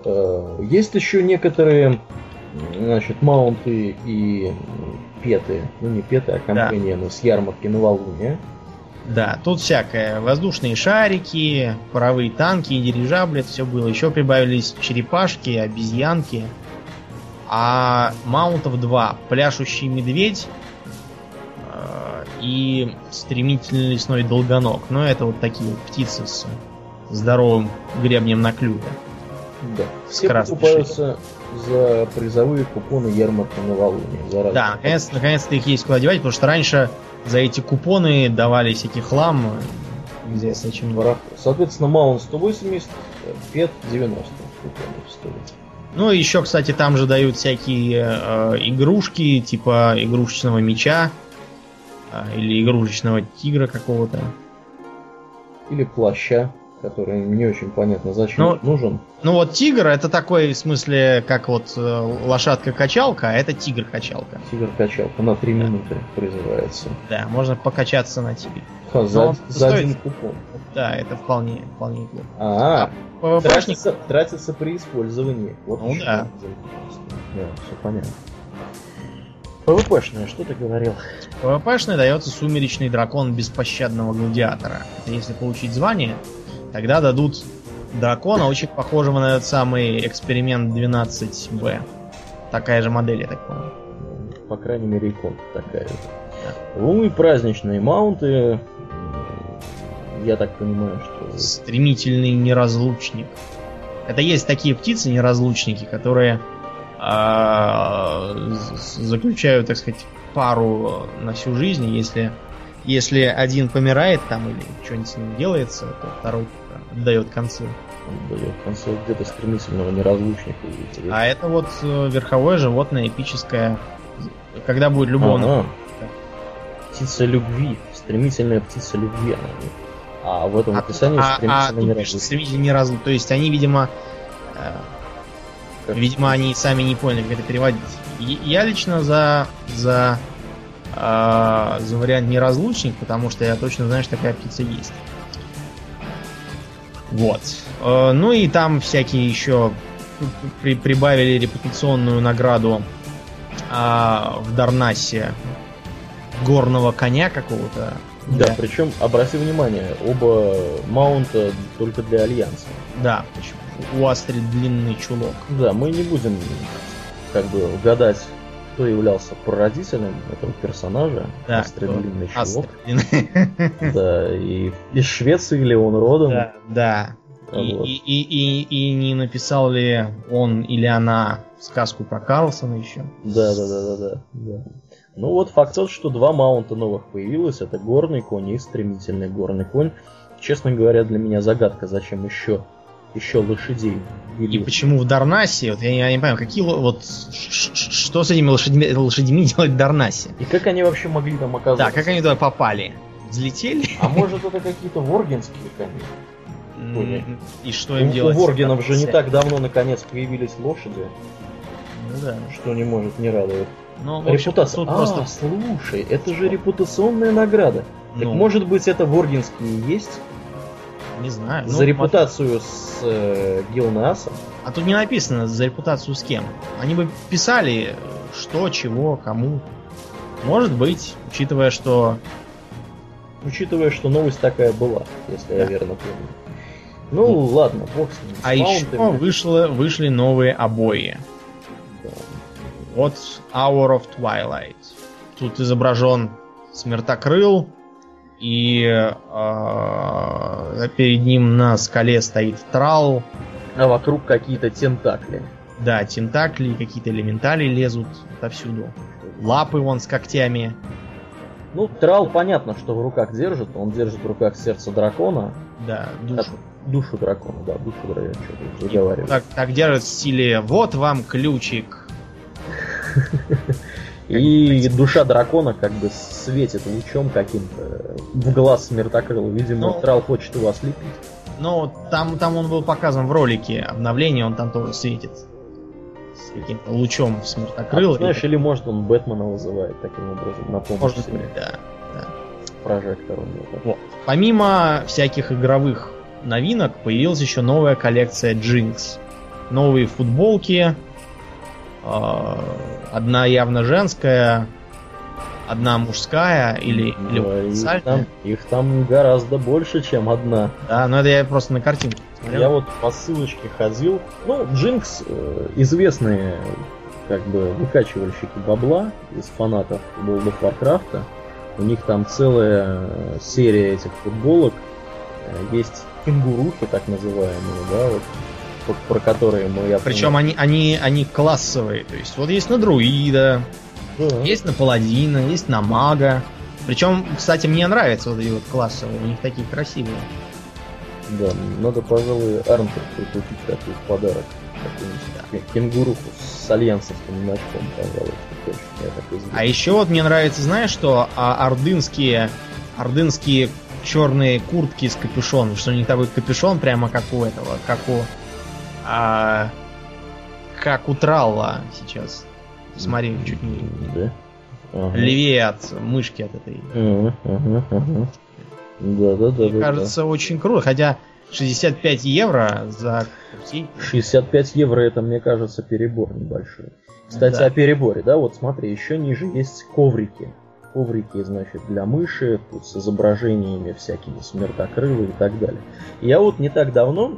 Есть еще некоторые, значит, маунты и петы, ну не петы, а компаньоны, да, с ярмарки новолуния. Да, тут всякое. Воздушные шарики, паровые танки, дирижабли, это все было. Еще прибавились черепашки, обезьянки. А маунтов два. Пляшущий медведь э, и стремительный лесной долгоног. Но это вот такие вот птицы с здоровым гребнем на клюве. Да, все покупаются за призовые купоны ярмарки новолуния. Да, наконец, наконец-то их есть куда девать, потому что раньше за эти купоны давали всякий хлам. Где зачем? Соответственно, маунт сто восемьдесят, пет девяносто купонов стоит. Ну и еще, кстати, там же дают всякие э, игрушки, типа игрушечного меча э, или игрушечного тигра какого-то. Или плаща, который не очень понятно, зачем ну, нужен. Ну вот тигр это такой, в смысле, как вот э, лошадка-качалка, а это тигр-качалка. Тигр-качалка на три да. минуты призывается. Да, можно покачаться на тигре. Ха, за за стоит... один купон. Да, это вполне, вполне неплохо. А, а тратится, тратится при использовании. Вот ну да. Да, все понятно. ПВПшное, что ты говорил? ПВПшное дается сумеречный дракон беспощадного гладиатора. Это если получить звание, тогда дадут дракона, очень похожего на этот самый эксперимент двенадцать бэ. Такая же модель, я так понял. По крайней мере, иконка такая же. Да. Ну и праздничные маунты. Я так понимаю, что... Стремительный неразлучник. Это есть такие птицы-неразлучники, которые э, заключают, так сказать, пару на всю жизнь. Если, если один помирает там или что-нибудь с ним делается, то второй отдает концы. Отдает концы где-то стремительного неразлучника. А это вот верховое животное эпическое. Когда будет любовно. Ага. Птица любви. Стремительная птица любви. А в этом описании а, стремительно а, неразлучники. Стремительно неразлучники. То есть они, видимо, э, видимо, они сами не поняли, как это переводить. Я лично за за, э, за вариант неразлучник, потому что я точно знаю, что такая птица есть. Вот. Э, ну и там всякие еще при, прибавили репутационную награду э, в Дарнасе горного коня какого-то. Да, да, причем, обрати внимание, оба маунта только для Альянса. Да, почему? У Астрид длинный чулок. Да, мы не будем как бы гадать, кто являлся прародителем этого персонажа. Да, Астрид длинный чулок. Астрид. Да, и из Швеции ли он родом? Да, да. Вот. И, и, и, и, и не написал ли он или она сказку про Карлсона еще? Да, да, да, да, да. да. Ну вот факт тот, что два маунта новых появилось, это горный конь и стремительный горный конь. Честно говоря, для меня загадка, зачем еще, еще лошадей. И почему в Дарнасе, вот я, я не понимаю, какие вот что с этими лошадьми, лошадьми делать в Дарнасе? И как они вообще могли там оказаться? Да, как они туда попали? Взлетели? А может это какие-то воргенские кони? Mm, и что им у, делать? У воргенов же не так давно наконец появились лошади. Ну да. Что не может не радовать. Ну, репутация. А, просто... слушай, это же репутационная награда. Ну, так может быть это воргенские есть? Не знаю. За ну, репутацию вот... с э, Гилнаасом? А тут не написано за репутацию с кем. Они бы писали что, чего, кому. Может быть, учитывая, что... Учитывая, что новость такая была, если да. я верно помню. Ну, ну ладно, бог с ним. А еще вышло, вышли новые обои. Да. Вот Hour of Twilight. Тут изображен Смертокрыл, и э, перед ним на скале стоит Трал. А вокруг какие-то тентакли. Да, тентакли, какие-то элементали лезут отовсюду. Лапы вон с когтями. Ну, Трал понятно, что в руках держит. Он держит в руках сердце дракона. Да, душу. А, душу дракона, да, душу дракона, что-то заговариваю. Так, так держит в стиле «Вот вам ключик». И душа дракона как бы светит лучом каким-то в глаз Смертокрыла. Видимо, ну, Трал хочет его ослепить. Ну, там, там он был показан в ролике обновления, он там тоже светит. С каким-то лучом в Смертокрыла. А, знаешь, или может он Бэтмена вызывает таким образом на помощь. Может быть, да. да. Прожектор у него. Вот. Помимо всяких игровых новинок, появилась еще новая коллекция Jinx. новые футболки. Одна явно женская, одна мужская или, или Да, их, универсальная. там, их там гораздо больше, чем одна. Да, но это я просто на картинку смотрел. Я вот по ссылочке ходил. Ну, Джинкс э, известные как бы выкачивальщики бабла из фанатов World of Warcraft. У них там целая серия этих футболок. Э, есть кенгурухи, так называемые, да, вот, про, про которые мы... Я Причем они, они, они классовые. То есть вот есть на друида, да. есть на паладина, есть на мага. Причем, кстати, мне нравятся вот эти вот классовые, у них такие красивые. Да, надо, пожалуй, Арнфорду купить такой в подарок. Да. Кенгуруху с альянсовским значком, пожалуй, точно, я так и знаю. А еще вот мне нравится, знаешь что? А ордынские, ордынские черные куртки с капюшоном, что у них такой капюшон прямо как у этого, как у... А, как у Тралла сейчас. Смотри, чуть не... Да? Ага. Левее от мышки от этой. Ага, ага, ага. Да, да, да. Мне да, кажется, да. очень круто. Хотя шестьдесят пять евро за куртейку. шестьдесят пять евро это, мне кажется, перебор небольшой. Кстати, Да. о переборе, да, вот смотри, еще ниже есть коврики. Коврики, значит, для мыши, тут с изображениями всякими смертокрылы и так далее. Я вот не так давно,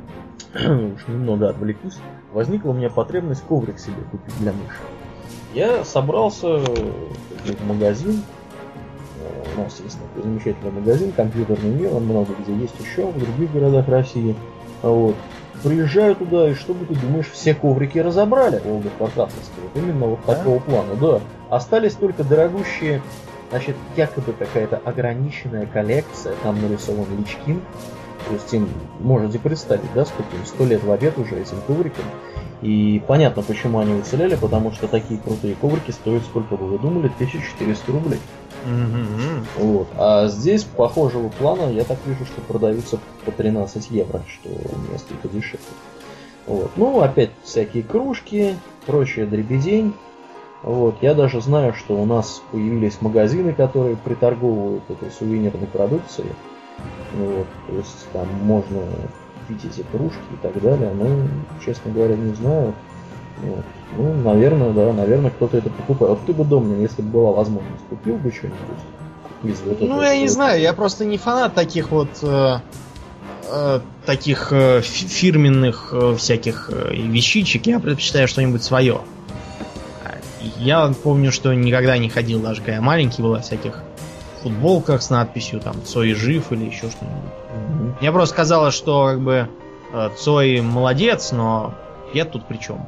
уж немного отвлекусь, возникла у меня потребность коврик себе купить для мыши. Я собрался в магазин. У нас есть такой замечательный магазин, компьютерный мир, он много где есть еще, в других городах России. Вот. Приезжаю туда, и что бы ты думаешь, все коврики разобрали, World of Warcraft, вот именно вот Да? такого плана, да. Остались только дорогущие, значит, якобы какая-то ограниченная коллекция, там нарисован Лич Кинг. То есть им можете представить, да, сколько им, сто лет в обед уже этим коврикам. И понятно, почему они уцелели, потому что такие крутые коврики стоят, сколько вы думали, тысяча четыреста рублей. Мгм. Вот. А здесь похожего плана, я так вижу, что продаются по тринадцать евро, что несколько дешевле. Вот. Ну, опять всякие кружки, прочая дребедень. Вот. Я даже знаю, что у нас появились магазины, которые приторговывают этой сувенирной продукцией. Вот. То есть там можно купить эти кружки и так далее. Ну, честно говоря, не знаю. Вот. Ну, наверное, да, наверное, кто-то это покупает. Вот ты бы, Домнин, если бы была возможность, купил бы что-нибудь из вот этого? Ну, я не знаю, я просто не фанат таких вот э, э, таких э, фи- фирменных э, всяких э, вещичек. Я предпочитаю что-нибудь свое. Я помню, что никогда не ходил, даже когда я маленький был, в всяких футболках с надписью там «Цой жив» или еще что-нибудь. Мгм. Мне просто казалось, что как бы э, Цой молодец, но я тут при чем?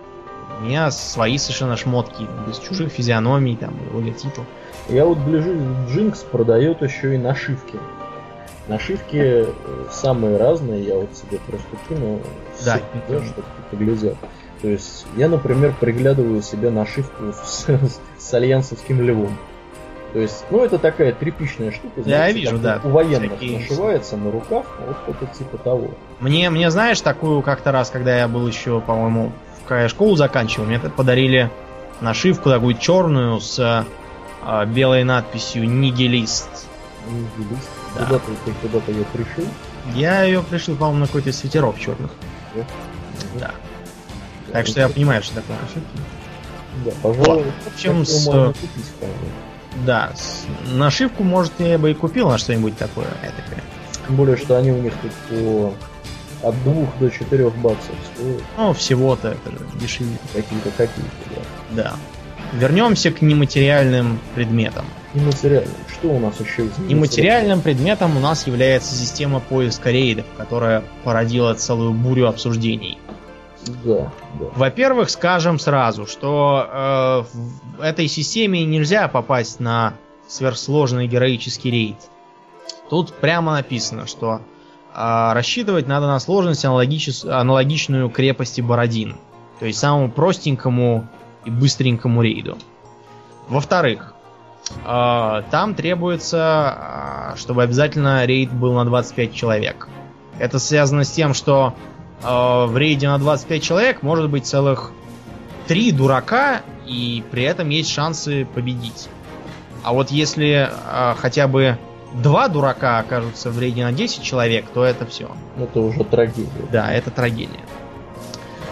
У меня свои совершенно шмотки, без чужих физиономий, там, и логотипов. Я вот гляжу, Джинкс продает еще и нашивки. Нашивки э, самые разные, я вот себе просто кину, Да, ссылки, да, чтобы ты поглядел. То есть я, например, приглядываю себе нашивку с, с альянсовским львом. То есть, ну, это такая тряпичная штука. Я вижу, как да, у военных всякие- нашивается на рукав, вот что-то типа того. Мне, мне, знаешь, такую как-то раз, когда я был еще, по-моему, когда я школу заканчивал, мне подарили нашивку такую черную с э, белой надписью «Нигилист». Нигилист. Да. Куда-то ты куда-то ее пришил. Я ее пришил, по-моему, на какой-то свитерок черных. Да? Да. Так что я понимаю, что такое нашивки. Да, пожалуй. В общем, так с- её можно купить, вполне. Да, с- нашивку, может, я бы и купил на что-нибудь такое этакое. Тем более, что они у них тут по от двух до четырех баксов стоят. Ну, всего-то это же дешевле. Какие-то копейки, да. Да. Вернемся к нематериальным предметам. Нематериальным. Что у нас еще из Нематериальным предметом у нас является система поиска рейдов, которая породила целую бурю обсуждений. Да, да. Во-первых, скажем сразу, что э, в этой системе нельзя попасть на сверхсложный героический рейд. Тут прямо написано, что э, рассчитывать надо на сложность аналогичес- аналогичную крепости Бородин. То есть самому простенькому и быстренькому рейду. Во-вторых, э, там требуется, э, чтобы обязательно рейд был на двадцать пять человек. Это связано с тем, что э, в рейде на двадцать пять человек может быть целых три дурака, и при этом есть шансы победить. А вот если э, хотя бы два дурака окажутся в рейде на десять человек, то это все. Это уже трагедия. Да, это трагедия.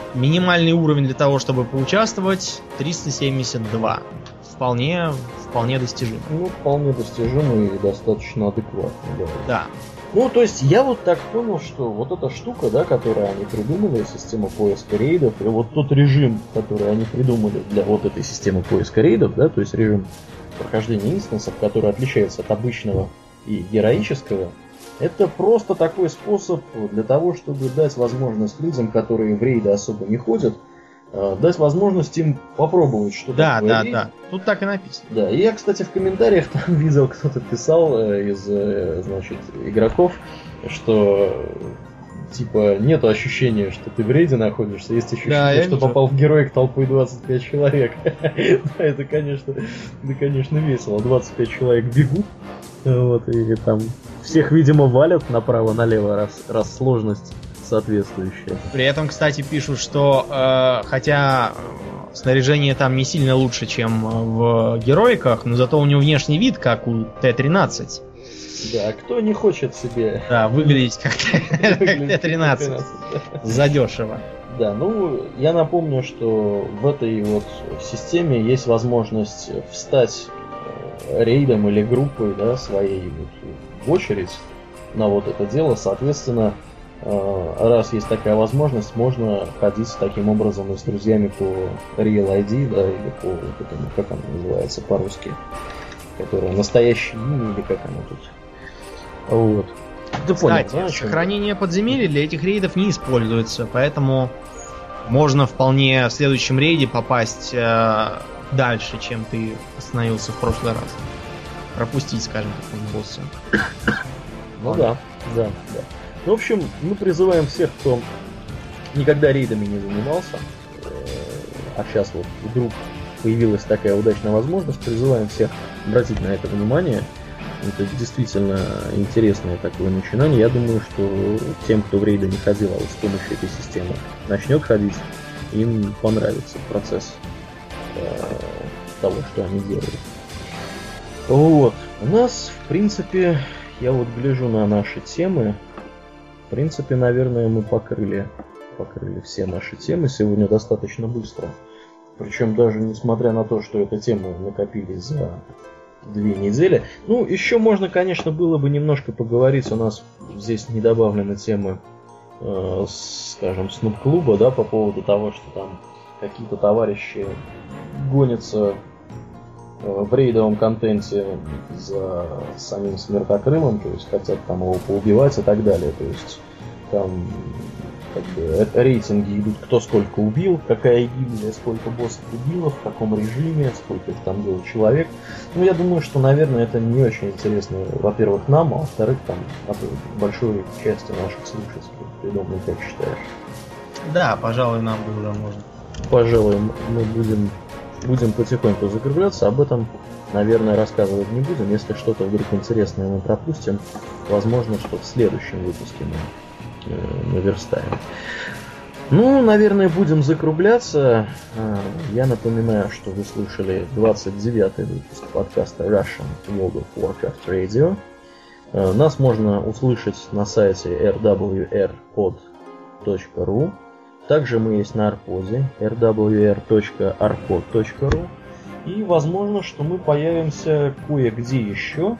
минимальный уровень для того, чтобы поучаствовать, триста семьдесят два. Вполне, вполне достижимо. Ну, вполне достижимо и достаточно адекватно, да. Да. Ну, то есть, я вот так понял, что вот эта штука, да, которую они придумали, система поиска рейдов, и вот тот режим, который они придумали для вот этой системы поиска рейдов, да, то есть режим прохождения инстансов, который отличается от обычного и героического, это просто такой способ для того, чтобы дать возможность людям, которые в рейды особо не ходят, дать возможность им попробовать, что да, такое да, рейд. Да, тут так и написано. Да, и я, кстати, в комментариях там видел, кто-то писал э, из, э, значит, игроков, что типа нету ощущения, что ты в рейде находишься, есть ощущение, да, что попал в героик толпой двадцать пять человек. Да, это, конечно, это, конечно, весело. двадцать пять человек бегут, вот, и там всех, видимо, валят направо-налево, раз, раз сложность соответствующая. При этом, кстати, пишут, что э, хотя снаряжение там не сильно лучше, чем в героиках, но зато у него внешний вид, как у Т тринадцать. Да, кто не хочет себе... Да, выглядеть как Т тринадцать. Задешево. Да, ну, я напомню, что в этой вот системе есть возможность встать рейдом или группой, да, своей вот в очередь на вот это дело, соответственно, раз есть такая возможность, можно ходить таким образом и с друзьями по Real ай ди, да, или по вот этому, как оно называется по-русски, которое настоящее имя, или как оно тут. Вот. Ты Кстати, понял, да, сохранение подземелья для этих рейдов не используется, поэтому можно вполне в следующем рейде попасть э, дальше, чем ты остановился в прошлый раз. Пропустить, скажем, какого-нибудь босса. Ну да, да, да. В общем, мы призываем всех, кто никогда рейдами не занимался, а сейчас вот вдруг появилась такая удачная возможность, призываем всех обратить на это внимание. Это действительно интересное такое начинание. Я думаю, что тем, кто в рейды не ходил, а вот с помощью этой системы начнет ходить, им понравится процесс э, того, что они делают. Вот. У нас, в принципе, я вот гляжу на наши темы. В принципе, наверное, мы покрыли, покрыли все наши темы сегодня достаточно быстро. Причем даже несмотря на то, что эти темы накопились за две недели. Ну, еще можно, конечно, было бы немножко поговорить. У нас здесь не добавлены темы, э, скажем, снуп-клуба, да, по поводу того, что там какие-то товарищи гонятся в рейдовом контенте за самим Смертокрымом, то есть хотят там его поубивать и так далее. То есть там как бы, рейтинги идут, кто сколько убил, какая гильдия, сколько боссов убило, в каком режиме, сколько их там было человек. Ну, я думаю, что, наверное, это не очень интересно, во-первых, нам, а во-вторых, там, большой части наших слушателей. Ты думаешь, как считаешь? Да, пожалуй, нам бы уже можно. Пожалуй, мы будем... Будем потихоньку закругляться, об этом, наверное, рассказывать не будем. Если что-то вдруг интересное мы пропустим, возможно, что в следующем выпуске мы э, наверстаем. Ну, наверное, будем закругляться. Я напоминаю, что вы слушали двадцать девятый выпуск подкаста Russian World of Warcraft Radio. Нас можно услышать на сайте эр дабл ю эр под точка ру. Также мы есть на Арподе, эр дабл ю эр точка арпод точка ру. И возможно, что мы появимся кое-где еще.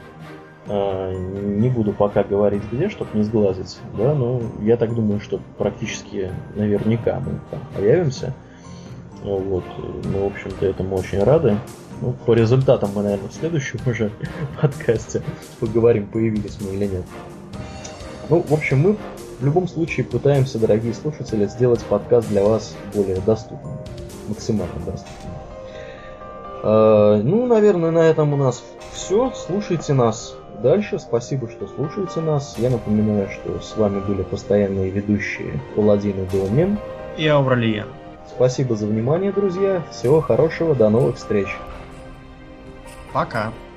Не буду пока говорить где, чтобы не сглазить, да, но я так думаю, что практически наверняка мы там появимся. Вот. Мы, в общем-то, этому очень рады. Ну, по результатам мы, наверное, в следующем уже подкасте поговорим, появились мы или нет. Ну, в общем, мы в любом случае пытаемся, дорогие слушатели, сделать подкаст для вас более доступным, максимально доступным. Э, ну, наверное, на этом у нас все. Слушайте нас дальше. Спасибо, что слушаете нас. Я напоминаю, что с вами были постоянные ведущие Паладин и Дуомен И Ауралия. Спасибо за внимание, друзья. Всего хорошего, до новых встреч. Пока.